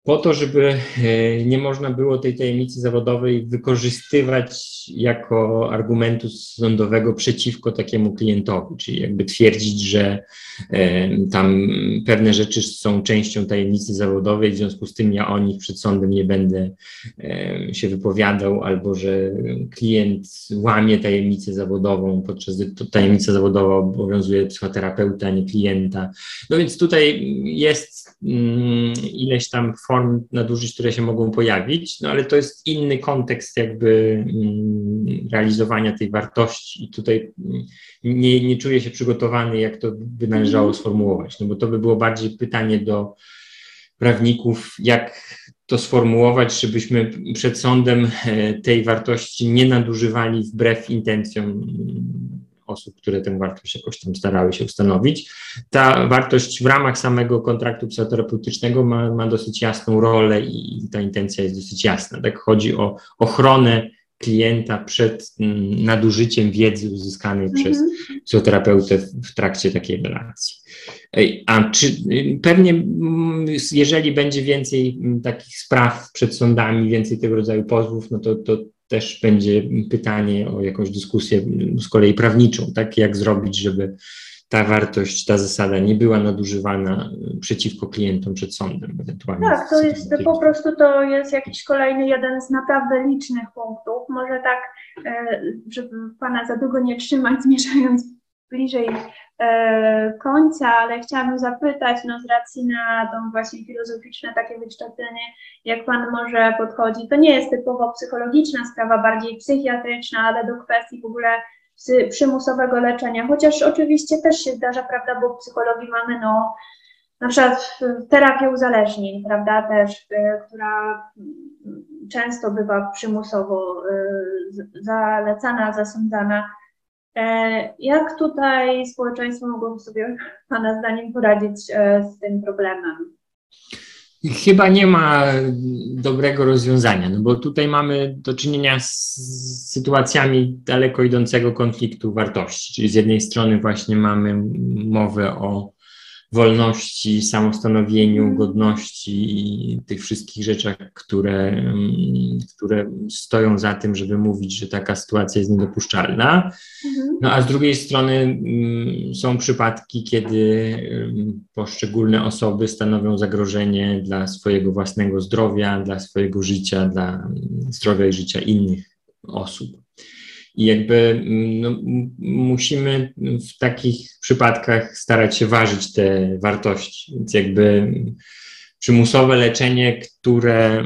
po to, żeby nie można było tej tajemnicy zawodowej wykorzystywać jako argumentu sądowego przeciwko takiemu klientowi, czyli jakby twierdzić, że tam pewne rzeczy są częścią tajemnicy zawodowej, w związku z tym ja o nich przed sądem nie będę się wypowiadał, albo że klient łamie tajemnicę zawodową, podczas gdy to tajemnica zawodowa obowiązuje psychoterapeuta, a nie klienta. No więc tutaj jest mm, ileś tam form nadużyć, które się mogą pojawić, no ale to jest inny kontekst jakby mm, realizowania tej wartości i tutaj nie, nie czuję się przygotowany, jak to by należało sformułować, no bo to by było bardziej pytanie do prawników, jak to sformułować, żebyśmy przed sądem tej wartości nie nadużywali wbrew intencjom osób, które tę wartość jakoś tam starały się ustanowić. Ta wartość w ramach samego kontraktu psychoterapeutycznego ma, ma dosyć jasną rolę i ta intencja jest dosyć jasna. Tak, chodzi o ochronę klienta przed mm, nadużyciem wiedzy uzyskanej mm-hmm. przez psychoterapeutę w, w trakcie takiej relacji. A czy pewnie, jeżeli będzie więcej takich spraw przed sądami, więcej tego rodzaju pozwów, no to, to też będzie pytanie o jakąś dyskusję z kolei prawniczą, tak, jak zrobić, żeby ta wartość, ta zasada nie była nadużywana przeciwko klientom przed sądem ewentualnie. Tak, to jest po prostu to jest jakiś kolejny jeden z naprawdę licznych punktów. Może tak, żeby Pana za długo nie trzymać, zmierzając bliżej końca, ale chciałabym zapytać, no z racji na to właśnie filozoficzne takie wykształcenie, jak Pan może podchodzi, to nie jest typowo psychologiczna sprawa, bardziej psychiatryczna, ale do kwestii w ogóle przymusowego leczenia, chociaż oczywiście też się zdarza, prawda, bo w psychologii mamy, no, na przykład terapię uzależnień, prawda, też, która często bywa przymusowo zalecana, zasądzana. Jak tutaj społeczeństwo mogłoby sobie, Pana zdaniem, poradzić z tym problemem? Chyba nie ma dobrego rozwiązania, no bo tutaj mamy do czynienia z sytuacjami daleko idącego konfliktu wartości, czyli z jednej strony właśnie mamy mowę o wolności, samostanowieniu, godności i tych wszystkich rzeczach, które, które stoją za tym, żeby mówić, że taka sytuacja jest niedopuszczalna. No a z drugiej strony są przypadki, kiedy poszczególne osoby stanowią zagrożenie dla swojego własnego zdrowia, dla swojego życia, dla zdrowia i życia innych osób. I jakby no, musimy w takich przypadkach starać się ważyć te wartości. Więc jakby przymusowe leczenie, które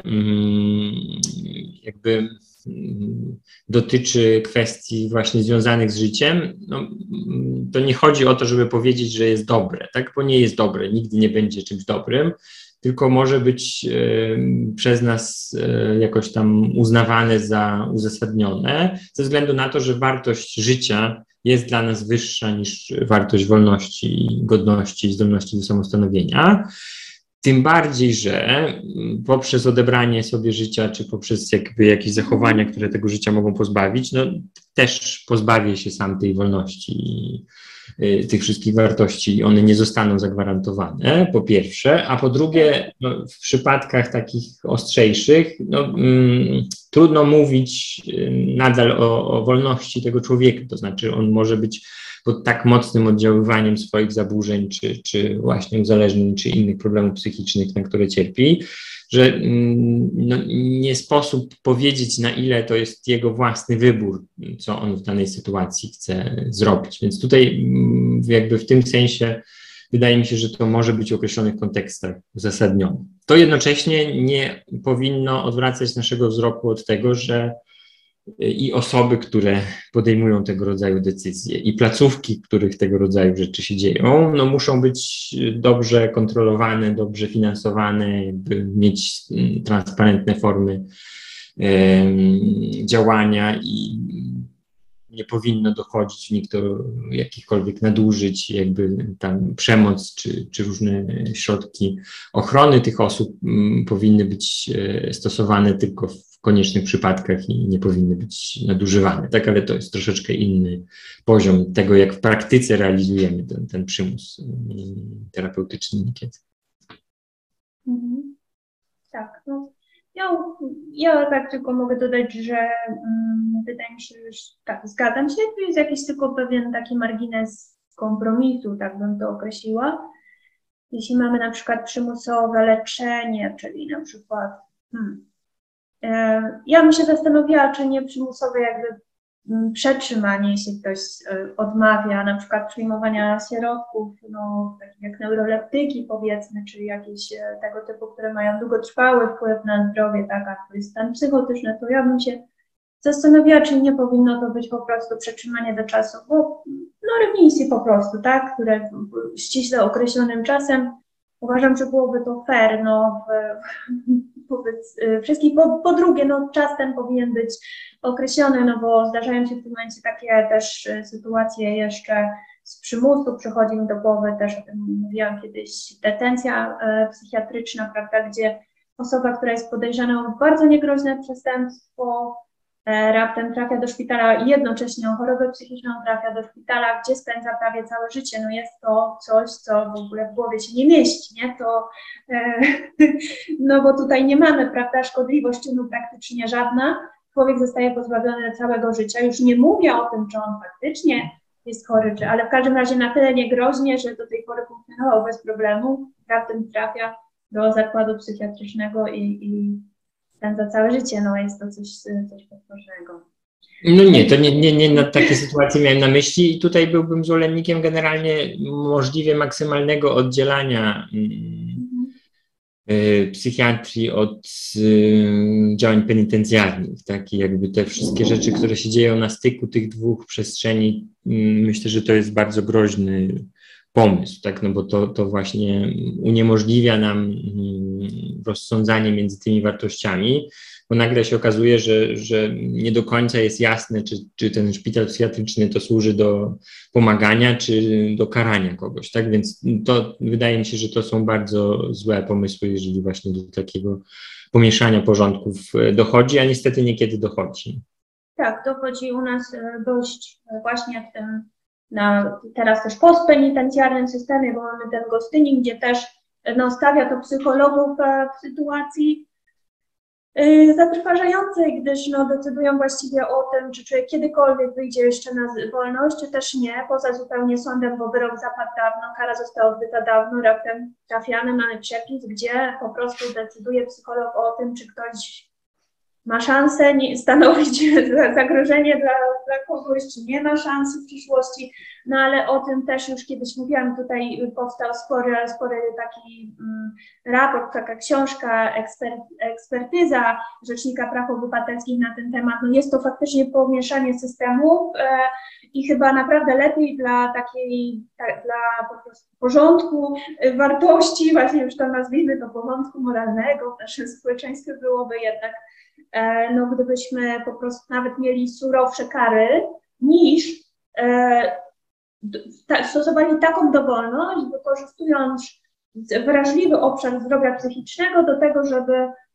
jakby dotyczy kwestii właśnie związanych z życiem, no, to nie chodzi o to, żeby powiedzieć, że jest dobre, tak? Bo nie jest dobre, nigdy nie będzie czymś dobrym, tylko może być e, przez nas e, jakoś tam uznawane za uzasadnione, ze względu na to, że wartość życia jest dla nas wyższa niż wartość wolności, godności i zdolności do samostanowienia. Tym bardziej, że poprzez odebranie sobie życia, czy poprzez jakby jakieś zachowania, które tego życia mogą pozbawić, no też pozbawię się sam tej wolności i tych wszystkich wartości, one nie zostaną zagwarantowane, po pierwsze, a po drugie, no, w przypadkach takich ostrzejszych, no, mm, trudno mówić nadal o, o wolności tego człowieka, to znaczy on może być pod tak mocnym oddziaływaniem swoich zaburzeń, czy, czy właśnie uzależnień, czy innych problemów psychicznych, na które cierpi, że no, nie sposób powiedzieć, na ile to jest jego własny wybór, co on w danej sytuacji chce zrobić. Więc tutaj jakby w tym sensie wydaje mi się, że to może być w określonych kontekstach uzasadnione. To jednocześnie nie powinno odwracać naszego wzroku od tego, że i osoby, które podejmują tego rodzaju decyzje, i placówki, w których tego rodzaju rzeczy się dzieją, no muszą być dobrze kontrolowane, dobrze finansowane, by mieć transparentne formy um, działania i nie powinno dochodzić w nich do jakichkolwiek nadużyć, jakby tam przemoc czy, czy różne środki ochrony tych osób um, powinny być e, stosowane tylko w koniecznych przypadkach i nie powinny być nadużywane, tak, ale to jest troszeczkę inny poziom tego, jak w praktyce realizujemy ten, ten przymus terapeutyczny niekiedy. Mhm. Tak, no, ja, ja tak tylko mogę dodać, że um, wydaje mi się, że tak, zgadzam się, to jest jakiś tylko pewien taki margines kompromisu, tak bym to określiła. Jeśli mamy na przykład przymusowe leczenie, czyli na przykład, hmm, e, ja bym się zastanowiła, czy nie przymusowe jakby m, przetrzymanie, jeśli ktoś e, odmawia na przykład przyjmowania środków, no, takich jak neuroleptyki powiedzmy, czy jakieś e, tego typu, które mają długotrwały wpływ na zdrowie, tak, a to jest stan psychotyczny, to ja bym się zastanawiała, czy nie powinno to być po prostu przetrzymanie do czasu, bo no remisji po prostu, tak, które ściśle określonym czasem, uważam, że byłoby to fair, no, w, wobec wszystkich. Po, po drugie, no, czas ten powinien być określony, no, bo zdarzają się w tym momencie takie też sytuacje jeszcze z przymusu, przychodzi mi do głowy, też o tym mówiłam kiedyś, detencja e, psychiatryczna, prawda, gdzie osoba, która jest podejrzana o bardzo niegroźne przestępstwo, raptem trafia do szpitala i jednocześnie o chorobę psychiczną trafia do szpitala, gdzie spędza prawie całe życie. No jest to coś, co w ogóle w głowie się nie mieści, nie? To, e, no bo tutaj nie mamy, prawda, szkodliwość czynu praktycznie żadna. Człowiek zostaje pozbawiony całego życia. Już nie mówię o tym, czy on faktycznie jest chory, czy, ale w każdym razie na tyle niegroźnie, że do tej pory funkcjonował bez problemu, raptem trafia do zakładu psychiatrycznego i, i spędza całe życie, no jest to coś, coś potwornego. No nie, to nie, nie, nie na takie sytuacje miałem na myśli i tutaj byłbym zwolennikiem generalnie możliwie maksymalnego oddzielania mhm. y, psychiatrii od y, działań penitencjarnych, tak? I jakby te wszystkie rzeczy, które się dzieją na styku tych dwóch przestrzeni, y, myślę, że to jest bardzo groźny pomysł, tak, no bo to, to właśnie uniemożliwia nam rozsądzanie między tymi wartościami, bo nagle się okazuje, że, że nie do końca jest jasne, czy, czy ten szpital psychiatryczny to służy do pomagania, czy do karania kogoś, tak, więc to wydaje mi się, że to są bardzo złe pomysły, jeżeli właśnie do takiego pomieszania porządków dochodzi, a niestety niekiedy dochodzi. Tak, dochodzi u nas dość właśnie w tym na teraz też postpenitencjarnym systemie, bo mamy ten gostynik, gdzie też no, stawia to psychologów w sytuacji yy, zatrważającej, gdyż no, decydują właściwie o tym, czy człowiek kiedykolwiek wyjdzie jeszcze na wolność, czy też nie, poza zupełnie sądem, bo wyrok zapadł dawno, kara została odbyta dawno, raptem trafiamy, mamy przepis, gdzie po prostu decyduje psycholog o tym, czy ktoś ma szansę stanowić zagrożenie dla, dla kogoś, czy nie ma szansy w przyszłości, no ale o tym też już kiedyś mówiłam, tutaj powstał spory, spory taki um, raport, taka książka, eksper, ekspertyza Rzecznika Praw Obywatelskich na ten temat. No jest to faktycznie pomieszanie systemów e, i chyba naprawdę lepiej dla takiej, ta, dla po prostu porządku, e, wartości, właśnie już to nazwijmy to porządku moralnego w naszym społeczeństwie byłoby jednak no gdybyśmy po prostu nawet mieli surowsze kary, niż e, ta, stosowali taką dowolność, wykorzystując wrażliwy obszar zdrowia psychicznego do tego, żeby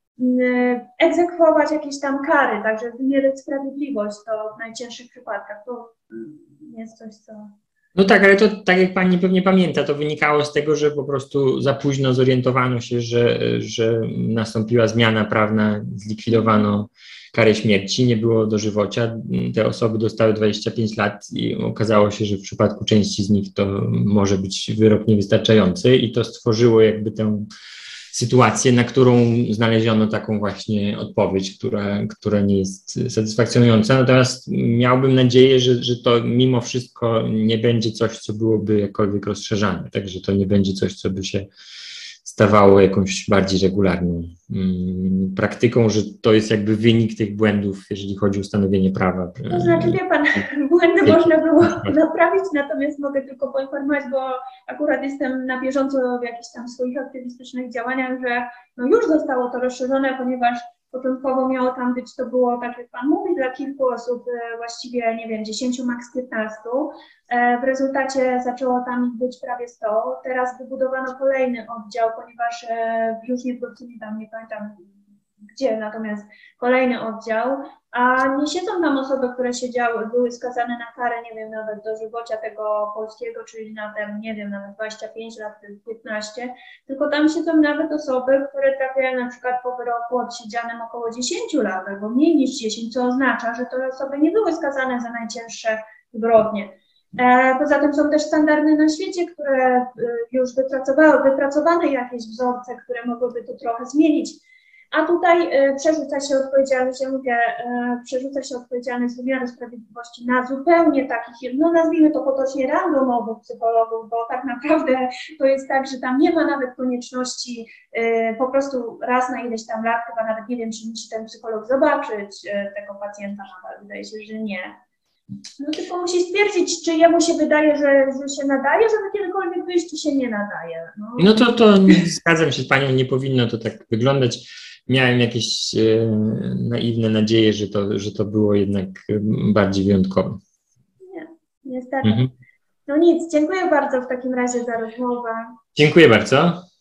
m, egzekwować jakieś tam kary, także wymierzyć sprawiedliwość, to w najcięższych przypadkach. To m, jest coś, co... No tak, ale to tak jak pani pewnie pamięta, to wynikało z tego, że po prostu za późno zorientowano się, że, że nastąpiła zmiana prawna, zlikwidowano karę śmierci, nie było dożywocia. Te osoby dostały dwadzieścia pięć lat i okazało się, że w przypadku części z nich to może być wyrok niewystarczający i to stworzyło jakby tę sytuację, na którą znaleziono taką właśnie odpowiedź, która, która nie jest satysfakcjonująca. Natomiast miałbym nadzieję, że, że to mimo wszystko nie będzie coś, co byłoby jakkolwiek rozszerzane, także to nie będzie coś, co by się stawało jakąś bardziej regularną um, praktyką, że to jest jakby wynik tych błędów, jeżeli chodzi o ustanowienie prawa. To znaczy, wie pan, błędy można było naprawić, natomiast mogę tylko poinformować, bo akurat jestem na bieżąco w jakichś tam swoich aktywistycznych działaniach, że no już zostało to rozszerzone, ponieważ początkowo miało tam być, to było, tak jak pan mówi, dla kilku osób, właściwie, nie wiem, dziesięciu, maks piętnastu. W rezultacie zaczęło tam być prawie sto. Teraz wybudowano kolejny oddział, ponieważ już nie wrócili tam, nie pamiętam, gdzie natomiast kolejny oddział, a nie siedzą tam osoby, które siedziały, były skazane na karę, nie wiem, nawet dożywocia tego polskiego, czyli na ten, nie wiem, nawet dwadzieścia pięć lat, piętnaście, tylko tam siedzą nawet osoby, które trafiają na przykład po wyroku odsiedzianym około dziesięć lat, albo mniej niż dziesięć, co oznacza, że te osoby nie były skazane za najcięższe zbrodnie. Poza tym są też standardy na świecie, które już wypracowały, wypracowane jakieś wzorce, które mogłyby to trochę zmienić. A tutaj przerzuca się odpowiedzialność, ja mówię, przerzuca się odpowiedzialność wymiaru sprawiedliwości na zupełnie takich, no nazwijmy to potocznie randomowych psychologów, bo tak naprawdę to jest tak, że tam nie ma nawet konieczności po prostu raz na ileś tam lat, chyba nawet nie wiem, czy musi ten psycholog zobaczyć tego pacjenta, ale wydaje się, że nie. No tylko musi stwierdzić, czy jemu się wydaje, że, że się nadaje, żeby kiedykolwiek wyjść, czy się nie nadaje. No, no to, to zgadzam się z Panią, nie powinno to tak wyglądać. Miałem jakieś e, naiwne nadzieje, że to, że to było jednak bardziej wyjątkowe. Nie, niestety. Mhm. No nic, dziękuję bardzo w takim razie za rozmowę. Dziękuję bardzo.